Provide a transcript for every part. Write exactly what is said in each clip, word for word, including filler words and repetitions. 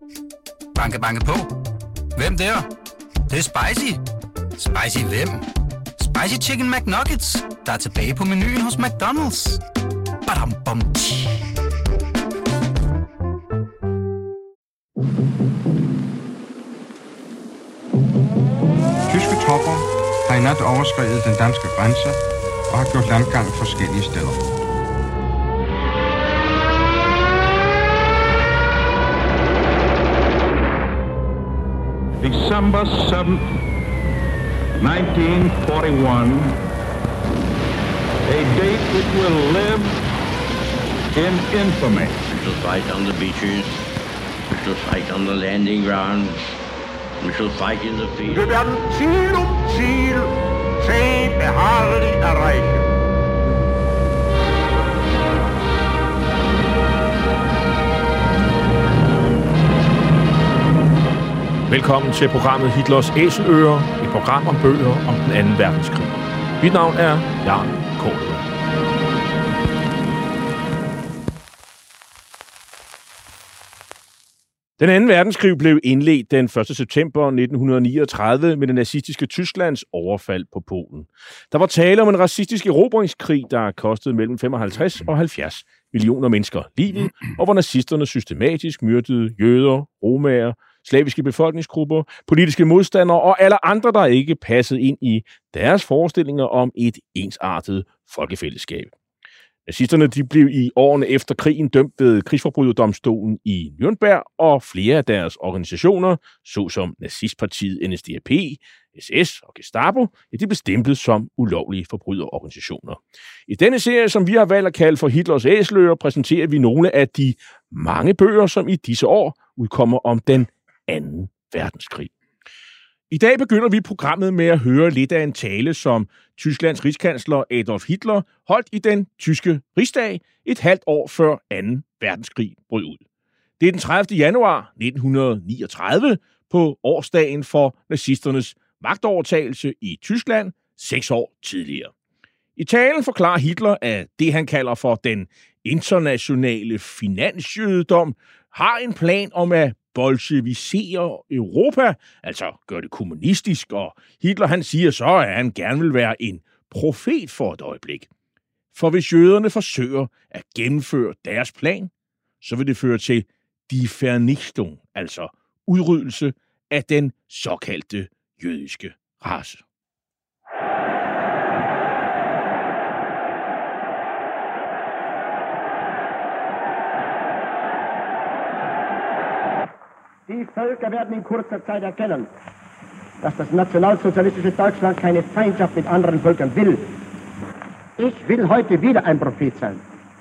Banke, banke på. Hvem der? Det, det er spicy. Spicy hvem? Spicy Chicken McNuggets, der er tilbage på menuen hos McDonald's. Badum, bom, tji. Tyske tropper har i nat overskredet den danske grænse og har gjort landgang forskellige steder. December seventh, nineteen forty-one, a date which will live in infamy. We shall fight on the beaches, we shall fight on the landing grounds, we shall fight in the field. Wir werden Ziel um Ziel zäh beharrlich erreichen. Velkommen til programmet Hitlers Æseløer, et program om bøger om den anden verdenskrig. Mit navn er Jan Kålund. Den anden verdenskrig blev indledt den første september nitten niogtredive med det nazistiske Tysklands overfald på Polen. Der var tale om en racistisk erobringskrig, der kostede mellem femoghalvtreds og halvfjerds millioner mennesker livet, og hvor nazisterne systematisk myrdede jøder, romaer, slaviske befolkningsgrupper, politiske modstandere og alle andre, der ikke passede ind i deres forestillinger om et ensartet folkefællesskab. Nazisterne de blev i årene efter krigen dømt ved krigsforbryderdomstolen i Nürnberg, og flere af deres organisationer, såsom nazistpartiet N S D A P, S S og Gestapo, ja, de blev stemplet som ulovlige forbryderorganisationer. I denne serie, som vi har valgt at kalde for Hitlers Æseløer, præsenterer vi nogle af de mange bøger, som i disse år udkommer om den anden verdenskrig. I dag begynder vi programmet med at høre lidt af en tale, som Tysklands rigskansler Adolf Hitler holdt i den tyske Rigsdag et halvt år før anden verdenskrig brød ud. Det er den tredivte januar nitten niogtredive på årsdagen for nazisternes magtovertagelse i Tyskland seks år tidligere. I talen forklarer Hitler, at det han kalder for den internationale finansjødedom har en plan om at bolsjevisere Europa, altså gøre det kommunistisk, og Hitler han siger så, at han gerne vil være en profet for et øjeblik. For hvis jøderne forsøger at gennemføre deres plan, så vil det føre til die Vernichtung, altså udryddelse af den såkaldte jødiske race. Die Völker werden in kurzer Zeit erkennen, dass das nationalsozialistische Deutschland keine Feindschaft mit anderen Völkern will. Ich will heute wieder ein Prophet sein.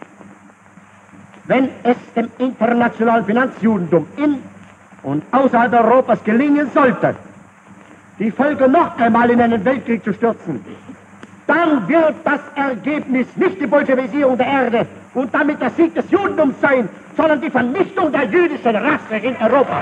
Wenn es dem internationalen Finanzjudentum in und außerhalb Europas gelingen sollte, die Völker noch einmal in einen Weltkrieg zu stürzen, dann wird das Ergebnis nicht die Bolschewisierung der Erde und damit der Sieg des Judentums sein, sondern die Vernichtung der jüdischen Rasse in Europa.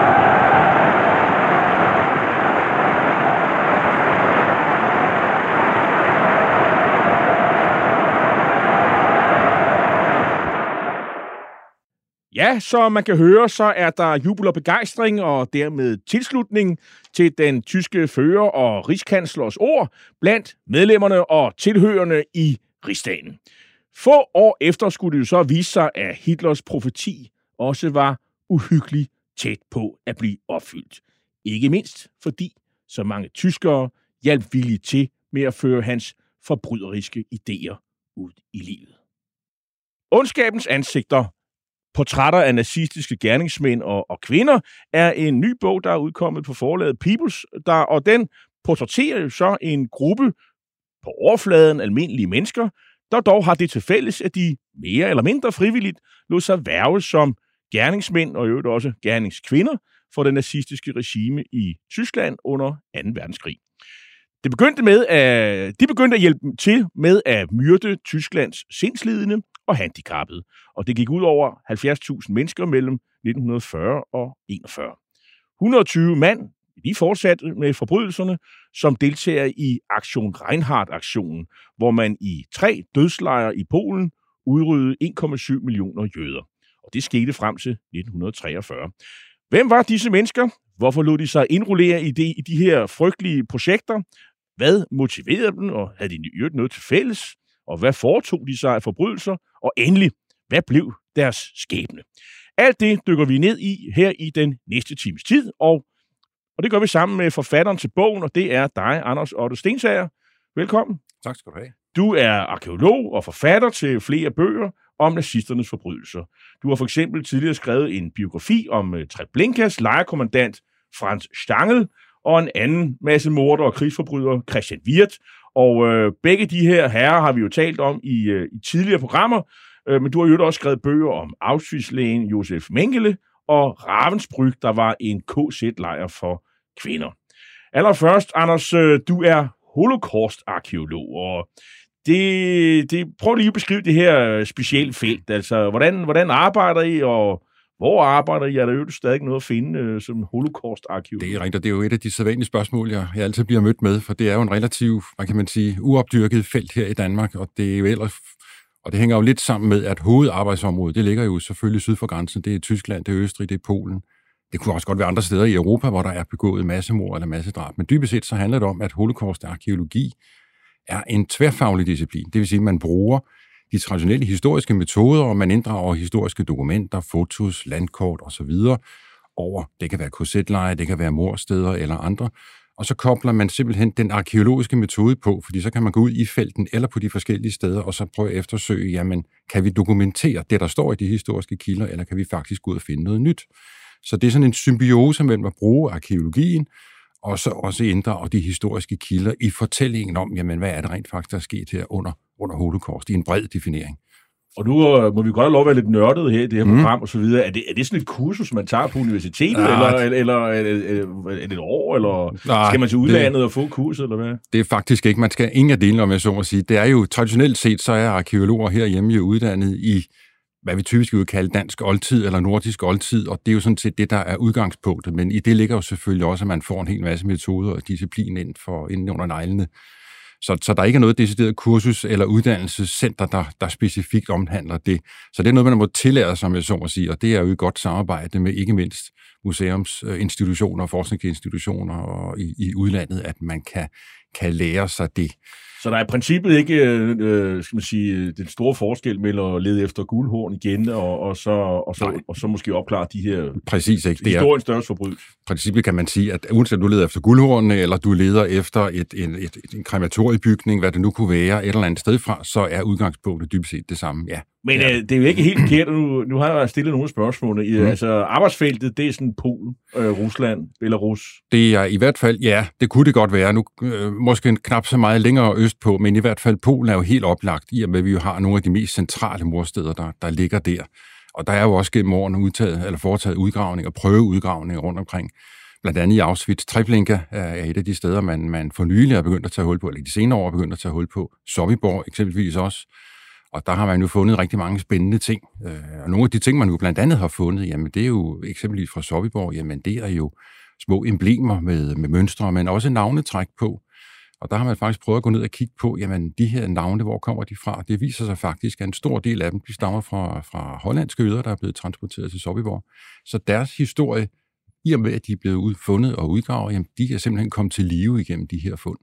Ja, som man kan høre, så er der jubel og begejstring og dermed tilslutning til den tyske fører og rigskanslers ord blandt medlemmerne og tilhørende i Rigsdagen. Få år efter skulle det jo så vise sig, at Hitlers profeti også var uhyggeligt tæt på at blive opfyldt. Ikke mindst fordi så mange tyskere hjalp villigt til med at føre hans forbryderiske idéer ud i livet. Ondskabens ansigter, portrætter af nazistiske gerningsmænd og, og kvinder, er en ny bog, der er udkommet på forlaget Peoples, der, og den portrætterer jo så en gruppe på overfladen almindelige mennesker, der dog har det til fælles, at de mere eller mindre frivilligt lod sig hverve som gerningsmænd og i øvrigt også gerningskvinder for det nazistiske regime i Tyskland under anden verdenskrig. Det begyndte med at, de begyndte at hjælpe til med at myrde Tysklands sindslidende og handicappede, og det gik ud over halvfjerds tusind mennesker mellem nitten fyrre og enogfyrre. et hundrede og tyve mand, de fortsatte med forbrydelserne, som deltager i Aktion Reinhardt-aktionen, hvor man i tre dødslejre i Polen udryddede en komma syv millioner jøder. Og det skete frem til nitten treogfyrre. Hvem var disse mennesker? Hvorfor lod de sig indrullere i de, i de her frygtelige projekter? Hvad motiverede dem, og havde de i øvrigt noget til fælles? Og hvad foretog de sig af forbrydelser? Og endelig, hvad blev deres skæbne? Alt det dykker vi ned i her i den næste times tid, og, og det gør vi sammen med forfatteren til bogen, og det er dig, Anders Otto Stensager. Velkommen. Tak skal du have. Du er arkæolog og forfatter til flere bøger om nazisternes forbrydelser. Du har for eksempel tidligere skrevet en biografi om uh, Treblinkas lejerkommandant Franz Stangl og en anden masse morder og krigsforbrydere, Christian Wirth. Og uh, begge de her herrer har vi jo talt om i, uh, i tidligere programmer, uh, men du har jo også skrevet bøger om Auschwitz-lægen Josef Mengele og Ravensbrück, der var en K Z-lejr for kvinder. Allerførst, Anders, uh, du er holocaust-arkeolog, og det, det, prøv lige at beskrive det her specielle felt. Altså, hvordan, hvordan arbejder I, og hvor arbejder I? Er der jo stadig noget at finde uh, som holocaust-arkeolog? Det er rigtigt, det er jo et af de sædvanlige spørgsmål, jeg, jeg altid bliver mødt med, for det er jo en relativt, hvad kan man sige, uopdyrket felt her i Danmark, og det er jo ellers, og det hænger jo lidt sammen med, at hovedarbejdsområdet, det ligger jo selvfølgelig syd for grænsen. Det er Tyskland, det er Østrig, det er Polen. Det kunne også godt være andre steder i Europa, hvor der er begået massemord eller massedrab. Men dybest set så handler det om, at holocaust-arkeologi er en tværfaglig disciplin. Det vil sige, at man bruger de traditionelle historiske metoder, og man inddrager historiske dokumenter, fotos, landkort osv. over, det kan være K Z-lejre, det kan være mordsteder eller andre, og så kobler man simpelthen den arkeologiske metode på, fordi så kan man gå ud i felten eller på de forskellige steder, og så prøve at eftersøge, jamen, kan vi dokumentere det, der står i de historiske kilder, eller kan vi faktisk gå ud og finde noget nyt? Så det er sådan en symbiose mellem at bruge arkeologien, og så også inddrage de historiske kilder i fortællingen om, jamen, hvad er det rent faktisk, der er sket her under, under holocaust, i en bred definering. Og nu uh, må vi godt have lov at være lidt nørdet her i det her mm. program og så videre. Er det, er det sådan et kursus, man tager på universitetet, ja, eller, eller, eller er, det, er det et år, eller nej, skal man til udlandet det, og få kurset, eller hvad? Det er faktisk ikke. Man skal ingen af delene, om jeg så må sige. Det er jo traditionelt set, så er arkeologer herhjemme jo uddannet i hvad vi typisk vil kalde dansk oldtid eller nordisk oldtid, og det er jo sådan set det, der er udgangspunktet, men i det ligger jo selvfølgelig også, at man får en hel masse metoder og disciplin ind, for, ind under neglene. Så, så der er ikke noget decideret kursus eller uddannelsescenter, der, der specifikt omhandler det. Så det er noget, man må tillære, som jeg så må sige, og det er jo et godt samarbejde med ikke mindst museumsinstitutioner og forskningsinstitutioner og i, i udlandet, at man kan, kan lære sig det. Så der er i princippet ikke øh, skal man sige, den store forskel mellem at lede efter guldhorn igen, og, og, så, og, så, og så måske opklare de her præcis, ikke? Det historiens største forbrydelse. I princippet kan man sige, at uanset du leder efter guldhornene, eller du leder efter et, et, et, et, en krematoriebygning, hvad det nu kunne være, et eller andet sted fra, så er udgangspunktet dybest set det samme, ja. Men ja. øh, det er jo ikke helt forkert, nu, nu har jeg stillet nogle spørgsmål. Mm. Altså, arbejdsfeltet, det er sådan Polen, øh, Rusland, Belarus. Det er i hvert fald, ja, det kunne det godt være. Nu øh, måske knap så meget længere østpå, men i hvert fald Polen er jo helt oplagt, i og med, at vi jo har nogle af de mest centrale mordsteder, der, der ligger der. Og der er jo også gennem årene udtaget, eller foretaget udgravninger, prøveudgravninger rundt omkring. Blandt andet i Auschwitz. Treblinka er et af de steder, man, man for nylig har begyndt at tage hul på, eller de senere år har begyndt at tage hul på. Sobibor eksempelvis også. Og der har man jo fundet rigtig mange spændende ting. Og nogle af de ting, man jo blandt andet har fundet, jamen det er jo eksempelvis fra Sobibor, jamen det er jo små emblemer med, med mønstre, men også navnetræk på. Og der har man faktisk prøvet at gå ned og kigge på, jamen de her navne, hvor kommer de fra? Det viser sig faktisk, at en stor del af dem, de stammer fra, fra hollandske jøder, der er blevet transporteret til Sobibor. Så deres historie, i og med at de er blevet fundet og udgravet, jamen de er simpelthen kommet til live igennem de her fund.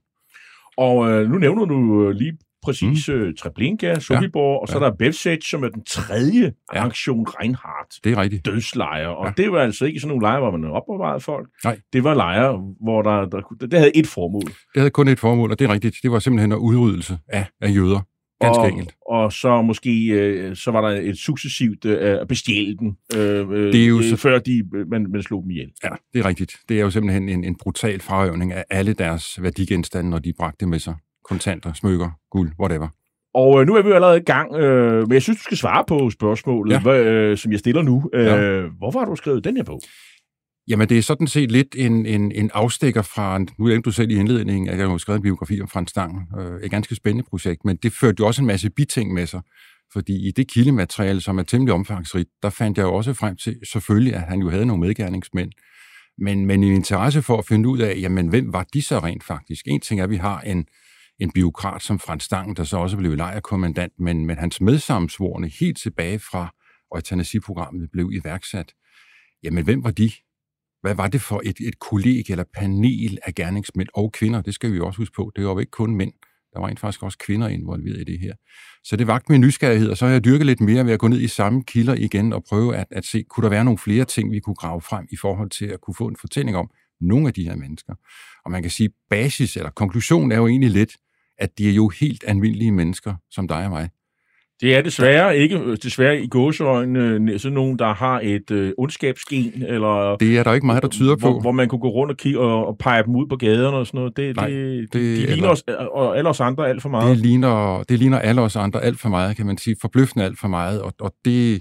Og øh, nu nævner du lige præcis mm. Treblinka, Sobibor, ja. Og så ja. Der er Belzec, som er den tredje ja. Aktion Reinhardt. Det er rigtigt. Dødslejre. Og ja. Det var altså ikke sådan nogle lejre, hvor man opbevarede folk. Nej. Det var lejre, hvor der, der, det havde et formål. Det havde kun et formål, og det er rigtigt. Det var simpelthen en udryddelse af, af jøder. Ganske og, enkelt. Og så måske, øh, så var der et successivt øh, at bestjæle den, øh, det er jo øh, så... før de, man, man slog dem ihjel. Ja, det er rigtigt. Det er jo simpelthen en, en brutal frarøvning af alle deres værdigenstande, når de bragte med sig. Kontanter, smykker, guld, whatever. Og øh, nu er vi jo allerede i gang, øh, men jeg synes, du skal svare på spørgsmålet, ja. hvad, øh, som jeg stiller nu. Øh, ja. Hvorfor har du skrevet den her bog? Jamen, det er sådan set lidt en, en, en afstikker fra, nu nævnte du selv i indledningen, at jeg har skrevet en biografi om Franz Stangl. Øh, et ganske spændende projekt, men det førte jo også en masse biting med sig. Fordi i det kildemateriale, som er temmelig omfangsrigt, der fandt jeg jo også frem til, selvfølgelig, at han jo havde nogle medgerningsmænd. Men, men en interesse for at finde ud af, jamen, hvem var de så rent faktisk? En ting er, at vi har en en biokrat som Franz Stangl, der så også blev lejrkommandant, men, men hans medsammensvorne helt tilbage fra eutanasiprogrammet blev iværksat. Jamen, hvem var de? hvad var det for et, et kollegie eller panel af gerningsmænd og kvinder? Det skal vi jo også huske på. Det var jo ikke kun mænd. Der var faktisk også kvinder involveret i det her. Så det vagte min nysgerrighed, og så har jeg dyrket lidt mere ved at gå ned i samme kilder igen og prøve at, at se, kunne der være nogle flere ting, vi kunne grave frem i forhold til at kunne få en fortælling om nogle af de her mennesker. Og man kan sige, basis eller konklusion er jo egentlig lidt, at de er jo helt almindelige mennesker, som dig og mig. Det er desværre ikke desværre i gåseøjne sådan nogen, der har et øh, ondskabsgen, eller... Det er der ikke meget, der tyder på. Hvor, hvor man kunne gå rundt og kigge og, og pege dem ud på gaderne og sådan noget. Det, Nej, det, det, de ligner os, og alle os andre alt for meget. Det ligner, det ligner alle os andre alt for meget, kan man sige. Forbløffende alt for meget, og, og det...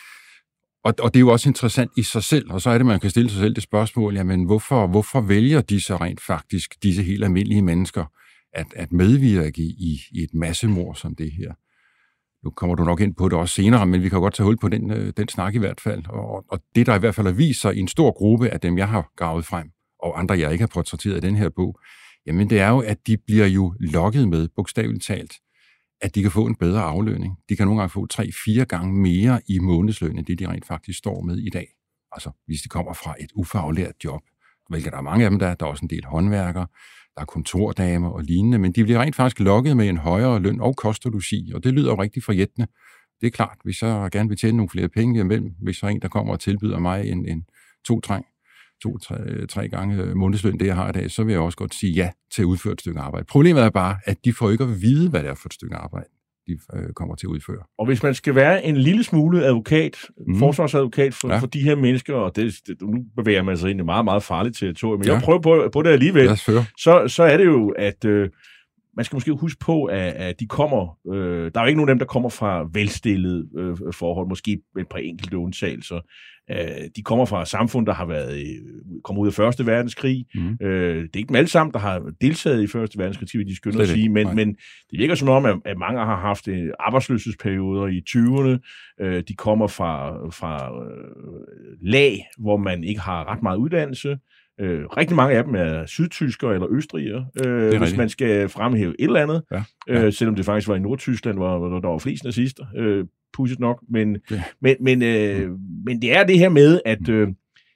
Og, og det er jo også interessant i sig selv, og så er det, man kan stille sig selv det spørgsmål, jamen hvorfor, hvorfor vælger de så rent faktisk, disse helt almindelige mennesker, at, at medvirke i, i et massemord som det her? Nu kommer du nok ind på det også senere, men vi kan godt tage hul på den, den snak i hvert fald. Og, og det, der i hvert fald har vist sig i en stor gruppe af dem, jeg har gravet frem, og andre, jeg ikke har portrætteret i den her bog, jamen det er jo, at de bliver jo lokket med, bogstaveligt talt, at de kan få en bedre aflønning. De kan nogle gange få tre-fire gange mere i månedsløn, end det de rent faktisk står med i dag. Altså, hvis de kommer fra et ufaglært job, hvilket der er mange af dem, der, der er også en del håndværkere, der er kontordamer og lignende, men de bliver rent faktisk lokket med en højere løn og kost og logi, og det lyder jo rigtig forjættende. Det er klart, hvis jeg gerne vil tjene nogle flere penge imellem, hvis der er en, der kommer og tilbyder mig en, en to, tre, to tre, tre gange månedsløn, det jeg har i dag, så vil jeg også godt sige ja til at udføre et stykke arbejde. Problemet er bare, at de får ikke at vide, hvad det er for et stykke arbejde, de øh, kommer til at udføre. Og hvis man skal være en lille smule advokat, mm. forsvarsadvokat for, ja. for de her mennesker, og det, det, nu bevæger man sig ind i meget, meget farligt territorium, men ja. jeg prøver på, på det alligevel, så, så er det jo, at øh, man skal måske huske på, at, at de kommer, øh, der er jo ikke nogen af dem, der kommer fra velstillede øh, forhold, måske med et par enkelte undtagelser. Øh, de kommer fra samfund, der har været øh, kommet ud af Første Verdenskrig. Mm. Øh, det er ikke dem alle sammen, der har deltaget i Første Verdenskrig, vil de skynde at sige, men, men det virker som om, at, at mange har haft øh, arbejdsløshedsperioder i tyverne. Øh, de kommer fra, fra øh, lag, hvor man ikke har ret meget uddannelse. Øh, rigtig mange af dem er sydtyskere eller østrigere, øh, hvis rigtigt. Man skal fremhæve et eller andet, ja. Ja. Øh, selvom det faktisk var i Nordtyskland, hvor, hvor der var flest nazister, øh, pudsigt nok, men, ja. men, men, øh, mm. men det er det her med, at øh,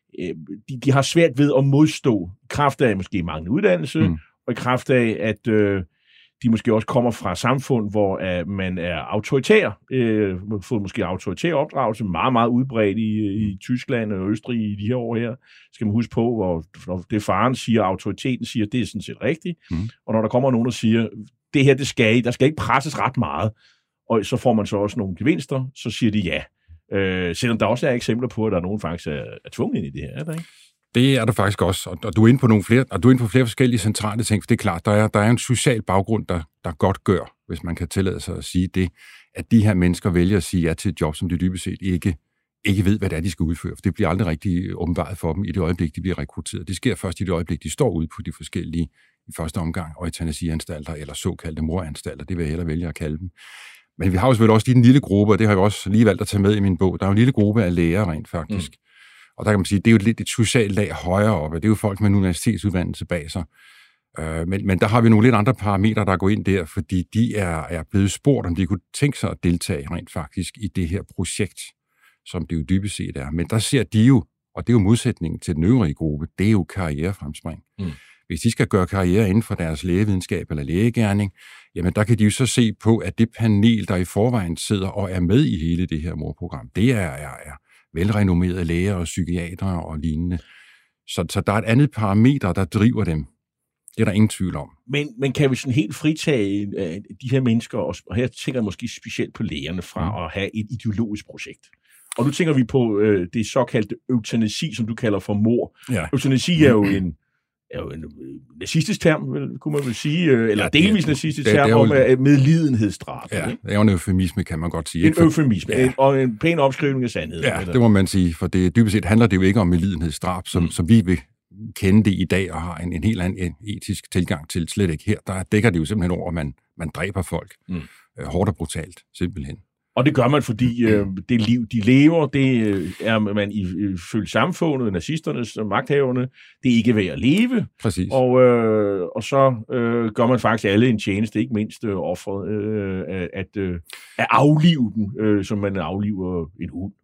de, de har svært ved at modstå, i kraft af måske manglende uddannelse, mm. og i kraft af, at øh, de måske også kommer fra samfund, hvor uh, man er autoritær, øh, fået måske autoritær opdragelse, meget, meget udbredt i, i Tyskland og Østrig i de her år her. Skal man huske på, hvor når det faren siger, autoriteten siger, det er sådan set rigtigt. Mm. Og når der kommer nogen, der siger, det her, det skal I, der skal ikke presses ret meget, og så får man så også nogle gevinster, så siger de ja. Øh, selvom der også er eksempler på, at der er nogen faktisk er, er tvunget ind i det her, er der ikke? Det er der faktisk også, og du er inde på nogle flere, og du er inde på flere forskellige centrale ting, for det er klart, der er, der er en social baggrund, der, der godt gør, hvis man kan tillade sig at sige det, at de her mennesker vælger at sige ja til et job, som de dybest set ikke, ikke ved, hvad det er, de skal udføre, for det bliver aldrig rigtig åbenbart for dem i det øjeblik, de bliver rekrutteret. Det sker først i det øjeblik, de står ude på de forskellige, i første omgang, eutanasianstalter eller såkaldte moranstalter, det vil jeg hellere vælge at kalde dem. Men vi har jo selvfølgelig også den lille gruppe, og det har jeg også lige valgt at tage med i min bog, der er jo en lille gruppe af læger rent faktisk. Mm. Og der kan man sige, det er jo lidt et socialt lag højere oppe. Det er jo folk med en universitetsuddannelse bag sig. Øh, men, men der har vi nogle lidt andre parametre, der går ind der, fordi de er, er blevet spurgt, om de kunne tænke sig at deltage rent faktisk i det her projekt, som det jo dybest set er. Men der ser de jo, og det er jo modsætningen til den øvrige gruppe, det er jo karrierefremspring. Mm. Hvis de skal gøre karriere inden for deres lægevidenskab eller lægegerning, jamen der kan de jo så se på, at det panel, der i forvejen sidder og er med i hele det her mordprogram, det er, er, er velrenommerede læger og psykiatere og lignende. Så, så der er et andet parameter, der driver dem. Det er der ingen tvivl om. Men, men kan vi sådan helt fritage uh, de her mennesker, og her tænker jeg måske specielt på lægerne, fra mm. at have et ideologisk projekt? Og nu tænker vi på uh, det såkaldte eutanasi, som du kalder for mord. Ja. Eutanasi er jo en er jo en nazistisk term, vel, kunne man vel sige, eller ja, delvis nazistisk det, term det om jo, medlidenhedsdrab. Ja, det er jo en eufemisme, kan man godt sige. En eufemisme, ja. Og en pæn opskrivning af sandheden. Ja, eller? Det må man sige, for det dybest set handler det jo ikke om medlidenhedsdrab, som, mm. som vi vil kende det i dag, og har en, en helt anden etisk tilgang til, slet ikke her. Der dækker det jo simpelthen over, at man, man dræber folk mm. øh, hårdt og brutalt, simpelthen. Og det gør man, fordi øh, det liv, de lever, det øh, er man ifølge samfundet, nazisternes og magthaverne, det er ikke værd at leve. Præcis. Og, øh, og så øh, gør man faktisk alle en tjeneste, ikke mindst øh, offeret, øh, at, øh, at aflive dem, øh, som man afliver en hund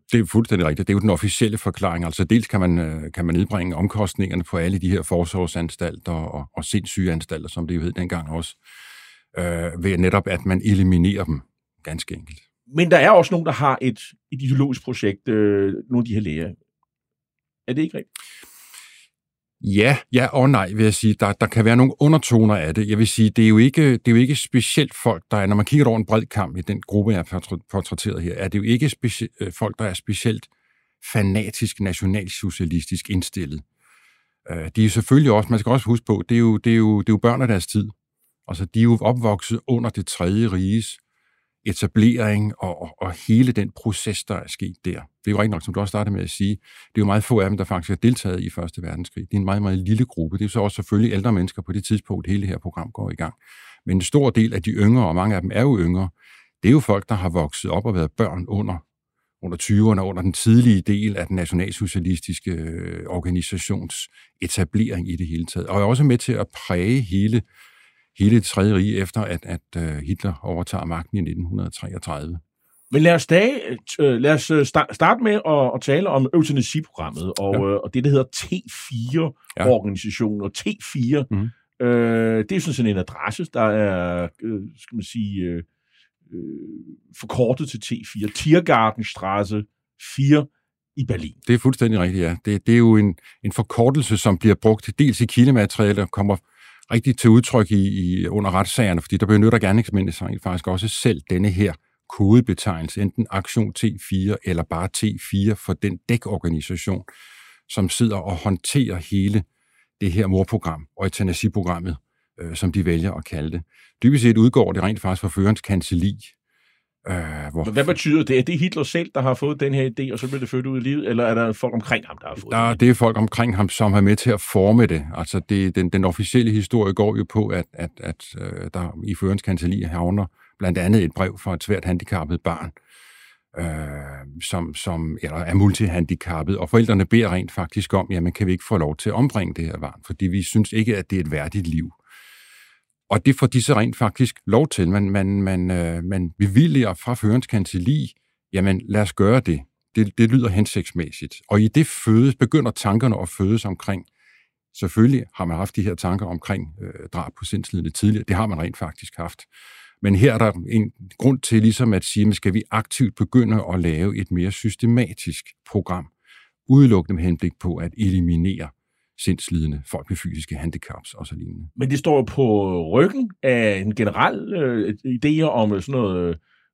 Det er fuldstændig rigtigt. Det er jo den officielle forklaring. Altså dels kan man, kan man nedbringe omkostningerne på alle de her forsorgsanstalter og, og sindssygeanstalter, som det jo hed dengang også, øh, ved netop, at man eliminerer dem ganske enkelt. Men der er også nogen, der har et, et ideologisk projekt, øh, nogle af de her læger. Er det ikke rigtigt? Ja, ja og nej, vil jeg sige. Der, der kan være nogle undertoner af det. Jeg vil sige, det er jo ikke, det er jo ikke specielt folk, der er, når man kigger over en bred kamp i den gruppe, jeg har portrætteret her, er det jo ikke speci- folk, der er specielt fanatisk nationalsocialistisk indstillet. De er selvfølgelig også, man skal også huske på, det er jo, det er jo, det er jo børn af deres tid. Altså, de er jo opvokset under det tredje riges etablering og, og, og hele den proces, der er sket der. Det er jo rigtig nok, som du også startede med at sige, det er jo meget få af dem, der faktisk har deltaget i Første Verdenskrig. Det er en meget, meget lille gruppe. Det er så også selvfølgelig ældre mennesker på det tidspunkt, hele det her program går i gang. Men en stor del af de yngre, og mange af dem er jo yngre, det er jo folk, der har vokset op og været børn under, under tyverne, under den tidlige del af den nationalsocialistiske øh, organisations etablering i det hele taget. Og er også med til at præge hele hele det tredje rige, efter at, at Hitler overtager magten i nitten treogtredive. Men lad os, da, øh, lad os starte med at, at tale om eutanasiprogrammet, og, ja. øh, og det, der hedder T fire-organisationen. Og T fire, mm. øh, det er sådan, sådan en adresse, der er, øh, skal man sige, øh, øh, forkortet til T fire. Tiergartenstraße fire i Berlin. Det er fuldstændig rigtigt, ja. Det, det er jo en, en forkortelse, som bliver brugt dels i kildemateriale, der kommer rigtig til udtryk i, i under retssagerne, fordi der benytter gerningsmændene faktisk også selv denne her kodebetegnelse, enten Aktion T fire eller bare T fire for den dækorganisation, som sidder og håndterer hele det her mordprogram og eutanasiprogrammet, øh, som de vælger at kalde det. Dybest set udgår det rent faktisk fra førerens kancelli. Øh, hvor hvad betyder det? Er det Hitler selv, der har fået den her idé, og så bliver det født ud i livet, eller er der folk omkring ham, der har fået der, det? Det er folk omkring ham, som er med til at forme det. Altså det, den, den officielle historie går jo på, at, at, at øh, der i førerens kancelli havner blandt andet et brev fra et svært handicappet barn, øh, som, som eller er multihandicappet, og forældrene beder rent faktisk om, jamen kan vi ikke få lov til at ombringe det her barn, fordi vi synes ikke, at det er et værdigt liv. Og det får de så rent faktisk lov til. Man, man, man, øh, man bevilger fra førerens kancelli, jamen lad os gøre det. det. Det lyder hensigtsmæssigt. Og i det fødes, begynder tankerne at fødes omkring, selvfølgelig har man haft de her tanker omkring øh, drab på sindslidende tidligere, det har man rent faktisk haft. Men her er der en grund til ligesom at sige, skal vi aktivt begynde at lave et mere systematisk program, udelukkende med henblik på at eliminere sindslidende, folk med fysiske handicaps og så lignende. Men det står jo på ryggen af en generel øh, idé om sådan noget øh,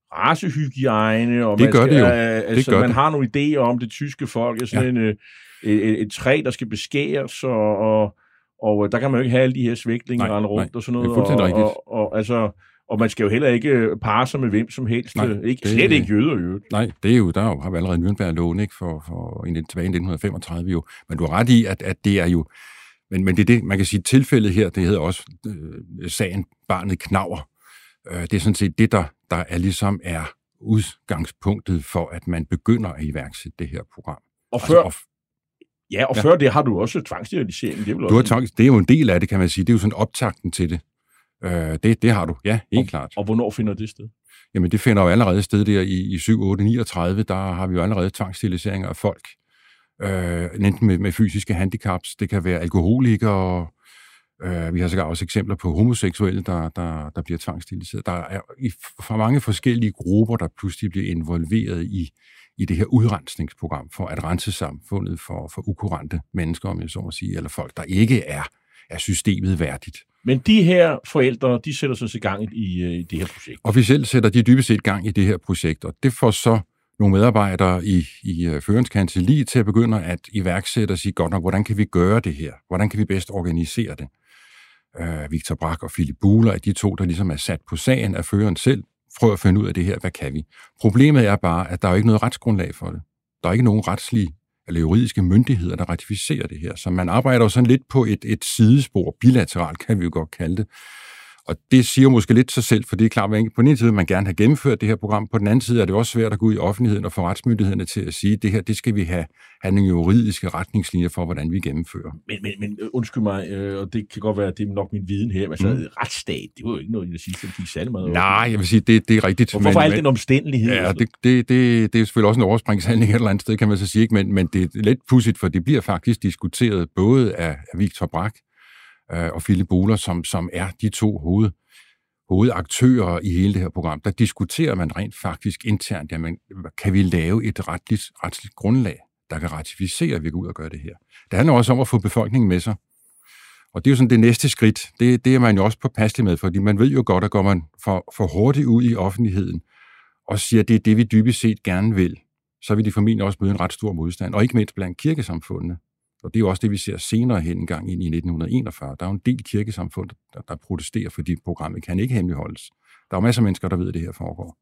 racehygiejne, og det man, gør skal, det jo. Øh, det altså, gør man det. har nogle idéer om det tyske folk, sådan ja. en, øh, et, et træ, der skal beskæres, og, og, og der kan man jo ikke have alle de her svæklinger og rundt og sådan noget. Det er fuldstændig rigtigt. Og, og, og, altså, og man skal jo heller ikke parre sig med hvem som helst. Nej, ikke, det, slet ikke jøder jo. Nej, det er jo, der har vi allerede Nürnberg-loven, ikke, for, for tilbage i nitten femogtredive jo. Men du har ret i, at, at det er jo, men, men det er det, man kan sige, tilfældet her, det hedder også øh, sagen Barnet Knauer. Øh, det er sådan set det, der, der er ligesom er udgangspunktet for, at man begynder at iværksætte det her program. Og før, altså, og, ja, og ja. før det har du også tvangssterilisering. Det er, vel også du har tvang, det er jo en del af det, kan man sige. Det er jo sådan optakten til det. Øh, det, det har du, ja, helt og, klart. Og hvornår finder det sted? Jamen, det finder jo allerede sted der i, i syv otte niogtredive. Der har vi jo allerede tvangssteriliseringer af folk. Øh, enten med, med fysiske handicaps. Det kan være alkoholikere. Øh, vi har sågar også eksempler på homoseksuelle, der, der, der bliver tvangssteriliseret. Der er i, for mange forskellige grupper, der pludselig bliver involveret i, i det her udrensningsprogram for at rense samfundet for, for ukurante mennesker, om jeg så må sige, eller folk, der ikke er, er systemet værdigt. Men de her forældre, de sætter sig i gang i, i det her projekt. Officielt sætter de dybest set gang i det her projekt, og det får så nogle medarbejdere i, i førerens kancelli til at begynde at iværksætte og sige, godt nok, hvordan kan vi gøre det her? Hvordan kan vi bedst organisere det? Uh, Victor Brack og Philip Buhler er de to, der ligesom er sat på sagen af føreren selv, prøver at finde ud af det her, hvad kan vi? Problemet er bare, at der er ikke noget retsgrundlag for det. Der er ikke nogen retslige eller juridiske myndigheder, der ratificerer det her. Så man arbejder jo sådan lidt på et, et sidespor, bilateralt kan vi jo godt kalde det. Og det siger måske lidt sig selv, for det er klart, at på den ene side vil man gerne have gennemført det her program, på den anden side er det også svært at gå ud i offentligheden og få retsmyndighederne til at sige, at det her, det skal vi have, have nogle juridiske retningslinjer for, hvordan vi gennemfører. Men, men, men undskyld mig, øh, og det kan godt være, at det er nok min viden her, men altså, mm. retsstat, det var jo ikke noget, jeg siger, som gik særlig meget over. Nej, jeg vil sige, det, det er rigtigt. Hvorfor al den omstændighed? Ja, det, det, det, det er selvfølgelig også en overspringshandling et eller andet sted, kan man så sige, ikke? Men, men det er lidt pudsigt, for det bliver faktisk diskuteret både af, af Victor Brack øh, og Philip Bohler, som, som er de to hoved hovedaktører i hele det her program. Der diskuterer man rent faktisk internt, jamen, kan vi lave et retligt, retligt grundlag, der kan ratificere, at vi går ud og gør det her. Det handler også om at få befolkningen med sig. Og det er jo sådan det næste skridt. Det, det er man jo også påpasselig med, fordi man ved jo godt, at går man for, for hurtigt ud i offentligheden og siger, at det er det, vi dybest set gerne vil, så vil de formentlig også møde en ret stor modstand, og ikke mindst blandt kirkesamfundene. Og det er jo også det, vi ser senere hen en gang ind i nitten enogfyrre. Der er jo en del kirkesamfund, der, der protesterer, fordi programmet kan ikke hemmeligholdes. Der er jo masser af mennesker, der ved, at det her foregår.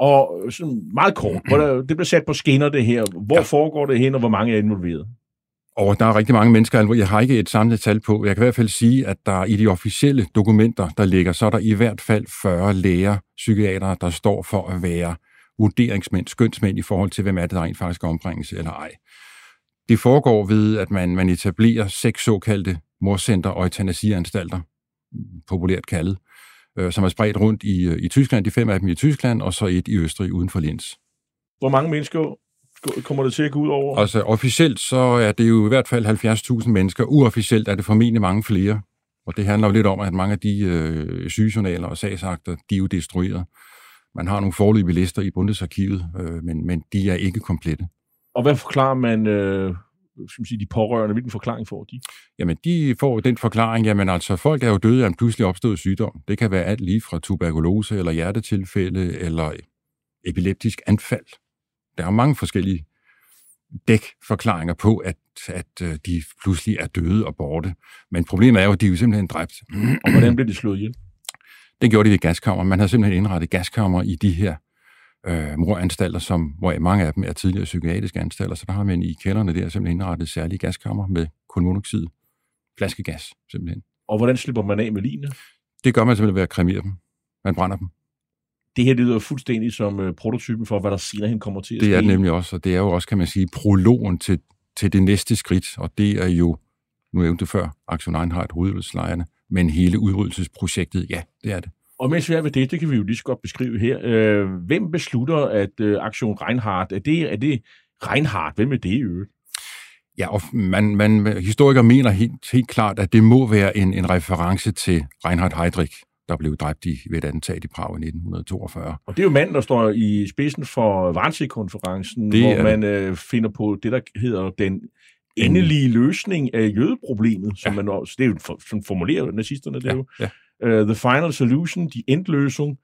Og sådan meget kort, hvor der, det bliver sat på skinner, det her. Hvor ja. foregår det hen, og hvor mange er involveret? Og der er rigtig mange mennesker, jeg har ikke et samlet tal på. Jeg kan i hvert fald sige, at der i de officielle dokumenter, der ligger, så er der i hvert fald fyrre læger, psykiatere, der står for at være vurderingsmænd, skønsmænd i forhold til, hvem er det, der rent faktisk skal ombringes eller ej. Det foregår ved, at man, man etablerer seks såkaldte morcenter- og eutanasianstalter, populært kaldet, øh, som er spredt rundt i, i Tyskland, de fem af dem i Tyskland, og så et i Østrig uden for Linz. Hvor mange mennesker kommer det til at gå ud over? Altså officielt så er det jo i hvert fald halvfjerds tusind mennesker. Uofficielt er det formentlig mange flere. Og det handler jo lidt om, at mange af de øh, sygejournaler og sagsakter, de er jo destrueret. Man har nogle foreløbige lister i Bundesarkivet, øh, men, men de er ikke komplette. Og hvad forklarer man øh, skal man sige, de pårørende? Hvilken forklaring får de? Jamen, de får den forklaring, jamen altså, folk er jo døde af en pludselig opstået sygdom. Det kan være alt lige fra tuberkulose, eller hjertetilfælde, eller epileptisk anfald. Der er mange forskellige dækforklaringer på, at, at de pludselig er døde og borte. Men problemet er jo, at de er jo simpelthen dræbt. Og hvordan blev de slået ihjel? Det gjorde de ved gaskammer. Man har simpelthen indrettet gaskammer i de her øh, moranstalter, som, hvor mange af dem er tidligere psykiatriske anstalter. Så der har man i kælderne der simpelthen indrettet særlige gaskammer med kulmonoxid, flaskegas simpelthen. Og hvordan slipper man af med ligene? Det gør man simpelthen ved at kremere dem. Man brænder dem. Det her lyder fuldstændig som uh, prototypen for, hvad der senere hen kommer til at ske. Det er det nemlig også, og det er jo også, kan man sige, prologen til, til det næste skridt, og det er jo, nu nævnte det før, Aktion Reinhardt, udryddelseslejrene, men hele udryddelsesprojektet, ja, det er det. Og mens vi er ved det, det kan vi jo lige så godt beskrive her. Øh, hvem beslutter, at øh, Aktion Reinhardt, er det, er det Reinhardt? Hvem er det i øvrigt? Ja, og man, man, historikere mener helt, helt klart, at det må være en, en reference til Reinhard Heydrich, der blev dræbt i, ved et attentat i Prag i nitten toogfyrre. Og det er jo manden, der står i spidsen for Wannsee-konferencen, hvor man øh, finder på det, der hedder den endelige løsning af jødeproblemet, som ja. man også, det er jo for, som formulerer nazisterne, det er jo ja, ja. uh, the final solution, de endløsning,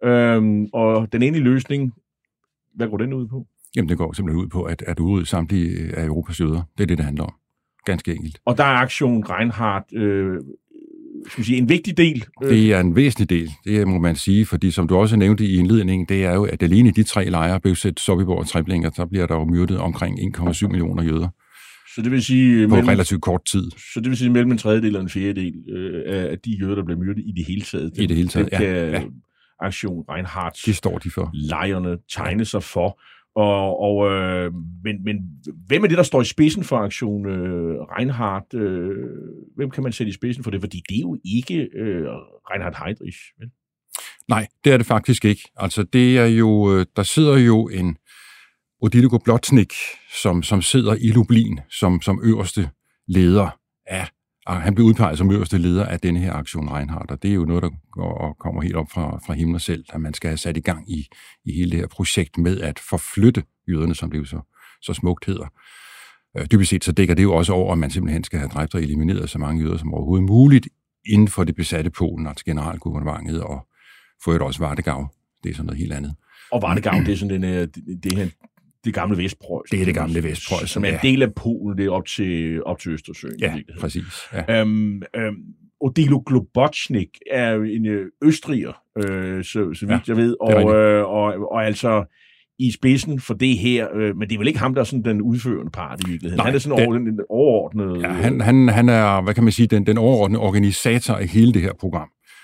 um, og den endelige løsning, hvad går den ud på? Jamen, det går simpelthen ud på, at, at udrydde samtlige af Europas jøder. Det er det, det handler om. Ganske enkelt. Og der er Aktion Reinhardt øh, skal sige, en vigtig del. Det er en væsentlig del, det må man sige, fordi som du også nævnte i indledningen, det er jo, at alene de tre lejre, Bøvsæt, Sobibor og Treblinger, der bliver der jo myrdet omkring en komma syv millioner jøder. Så det vil sige... På mellem, relativt kort tid. Så det vil sige mellem en tredjedel og en fjerdedel øh, af de jøder, der bliver myrdet i det hele taget. I det hele taget, det kan ja. ja. Aktion Reinhardt, de står de for. Lejrene tegne sig for. Og, og, øh, men, men hvem er det, der står i spidsen for Aktion øh, Reinhardt? Øh, hvem kan man sætte i spidsen for det? Fordi det er jo ikke øh, Reinhard Heydrich, vel? Nej, det er det faktisk ikke. Altså, det er jo, der sidder jo en Odile Goblotnik, som, som sidder i Lublin som, som øverste leder af, han blev udpeget som øverste leder af denne her Aktion Reinhardt, og det er jo noget, der går og kommer helt op fra, fra himlen selv, at man skal have sat i gang i, i hele det her projekt med at forflytte jøderne, som det jo så, så smukt hedder. Øh, dybest set så dækker det jo også over, at man simpelthen skal have dræbt og elimineret så mange jøder som overhovedet muligt inden for det besatte Polen, altså generalgouvernementet, og for et også Vartegau. Det er sådan noget helt andet. Og Vartegau, det er sådan den, det, det her... Det gamle Vestpreussen. Det er det gamle Vestpreussen, som er en ja. del af Polen, det er op til, op til Østersøen. Ja, præcis. Ja. Øhm, øhm, Odilo Globotnik er en øh, østriger, øh, så, så vidt ja, jeg ved, og, øh, og, og altså i spidsen for det her, øh, men det er vel ikke ham, der er sådan den udførende part i virkeligheden. Nej, han er sådan det, over, den overordnede... Ja, han, han, han er, hvad kan man sige, den, den overordnede organisator af hele det her program.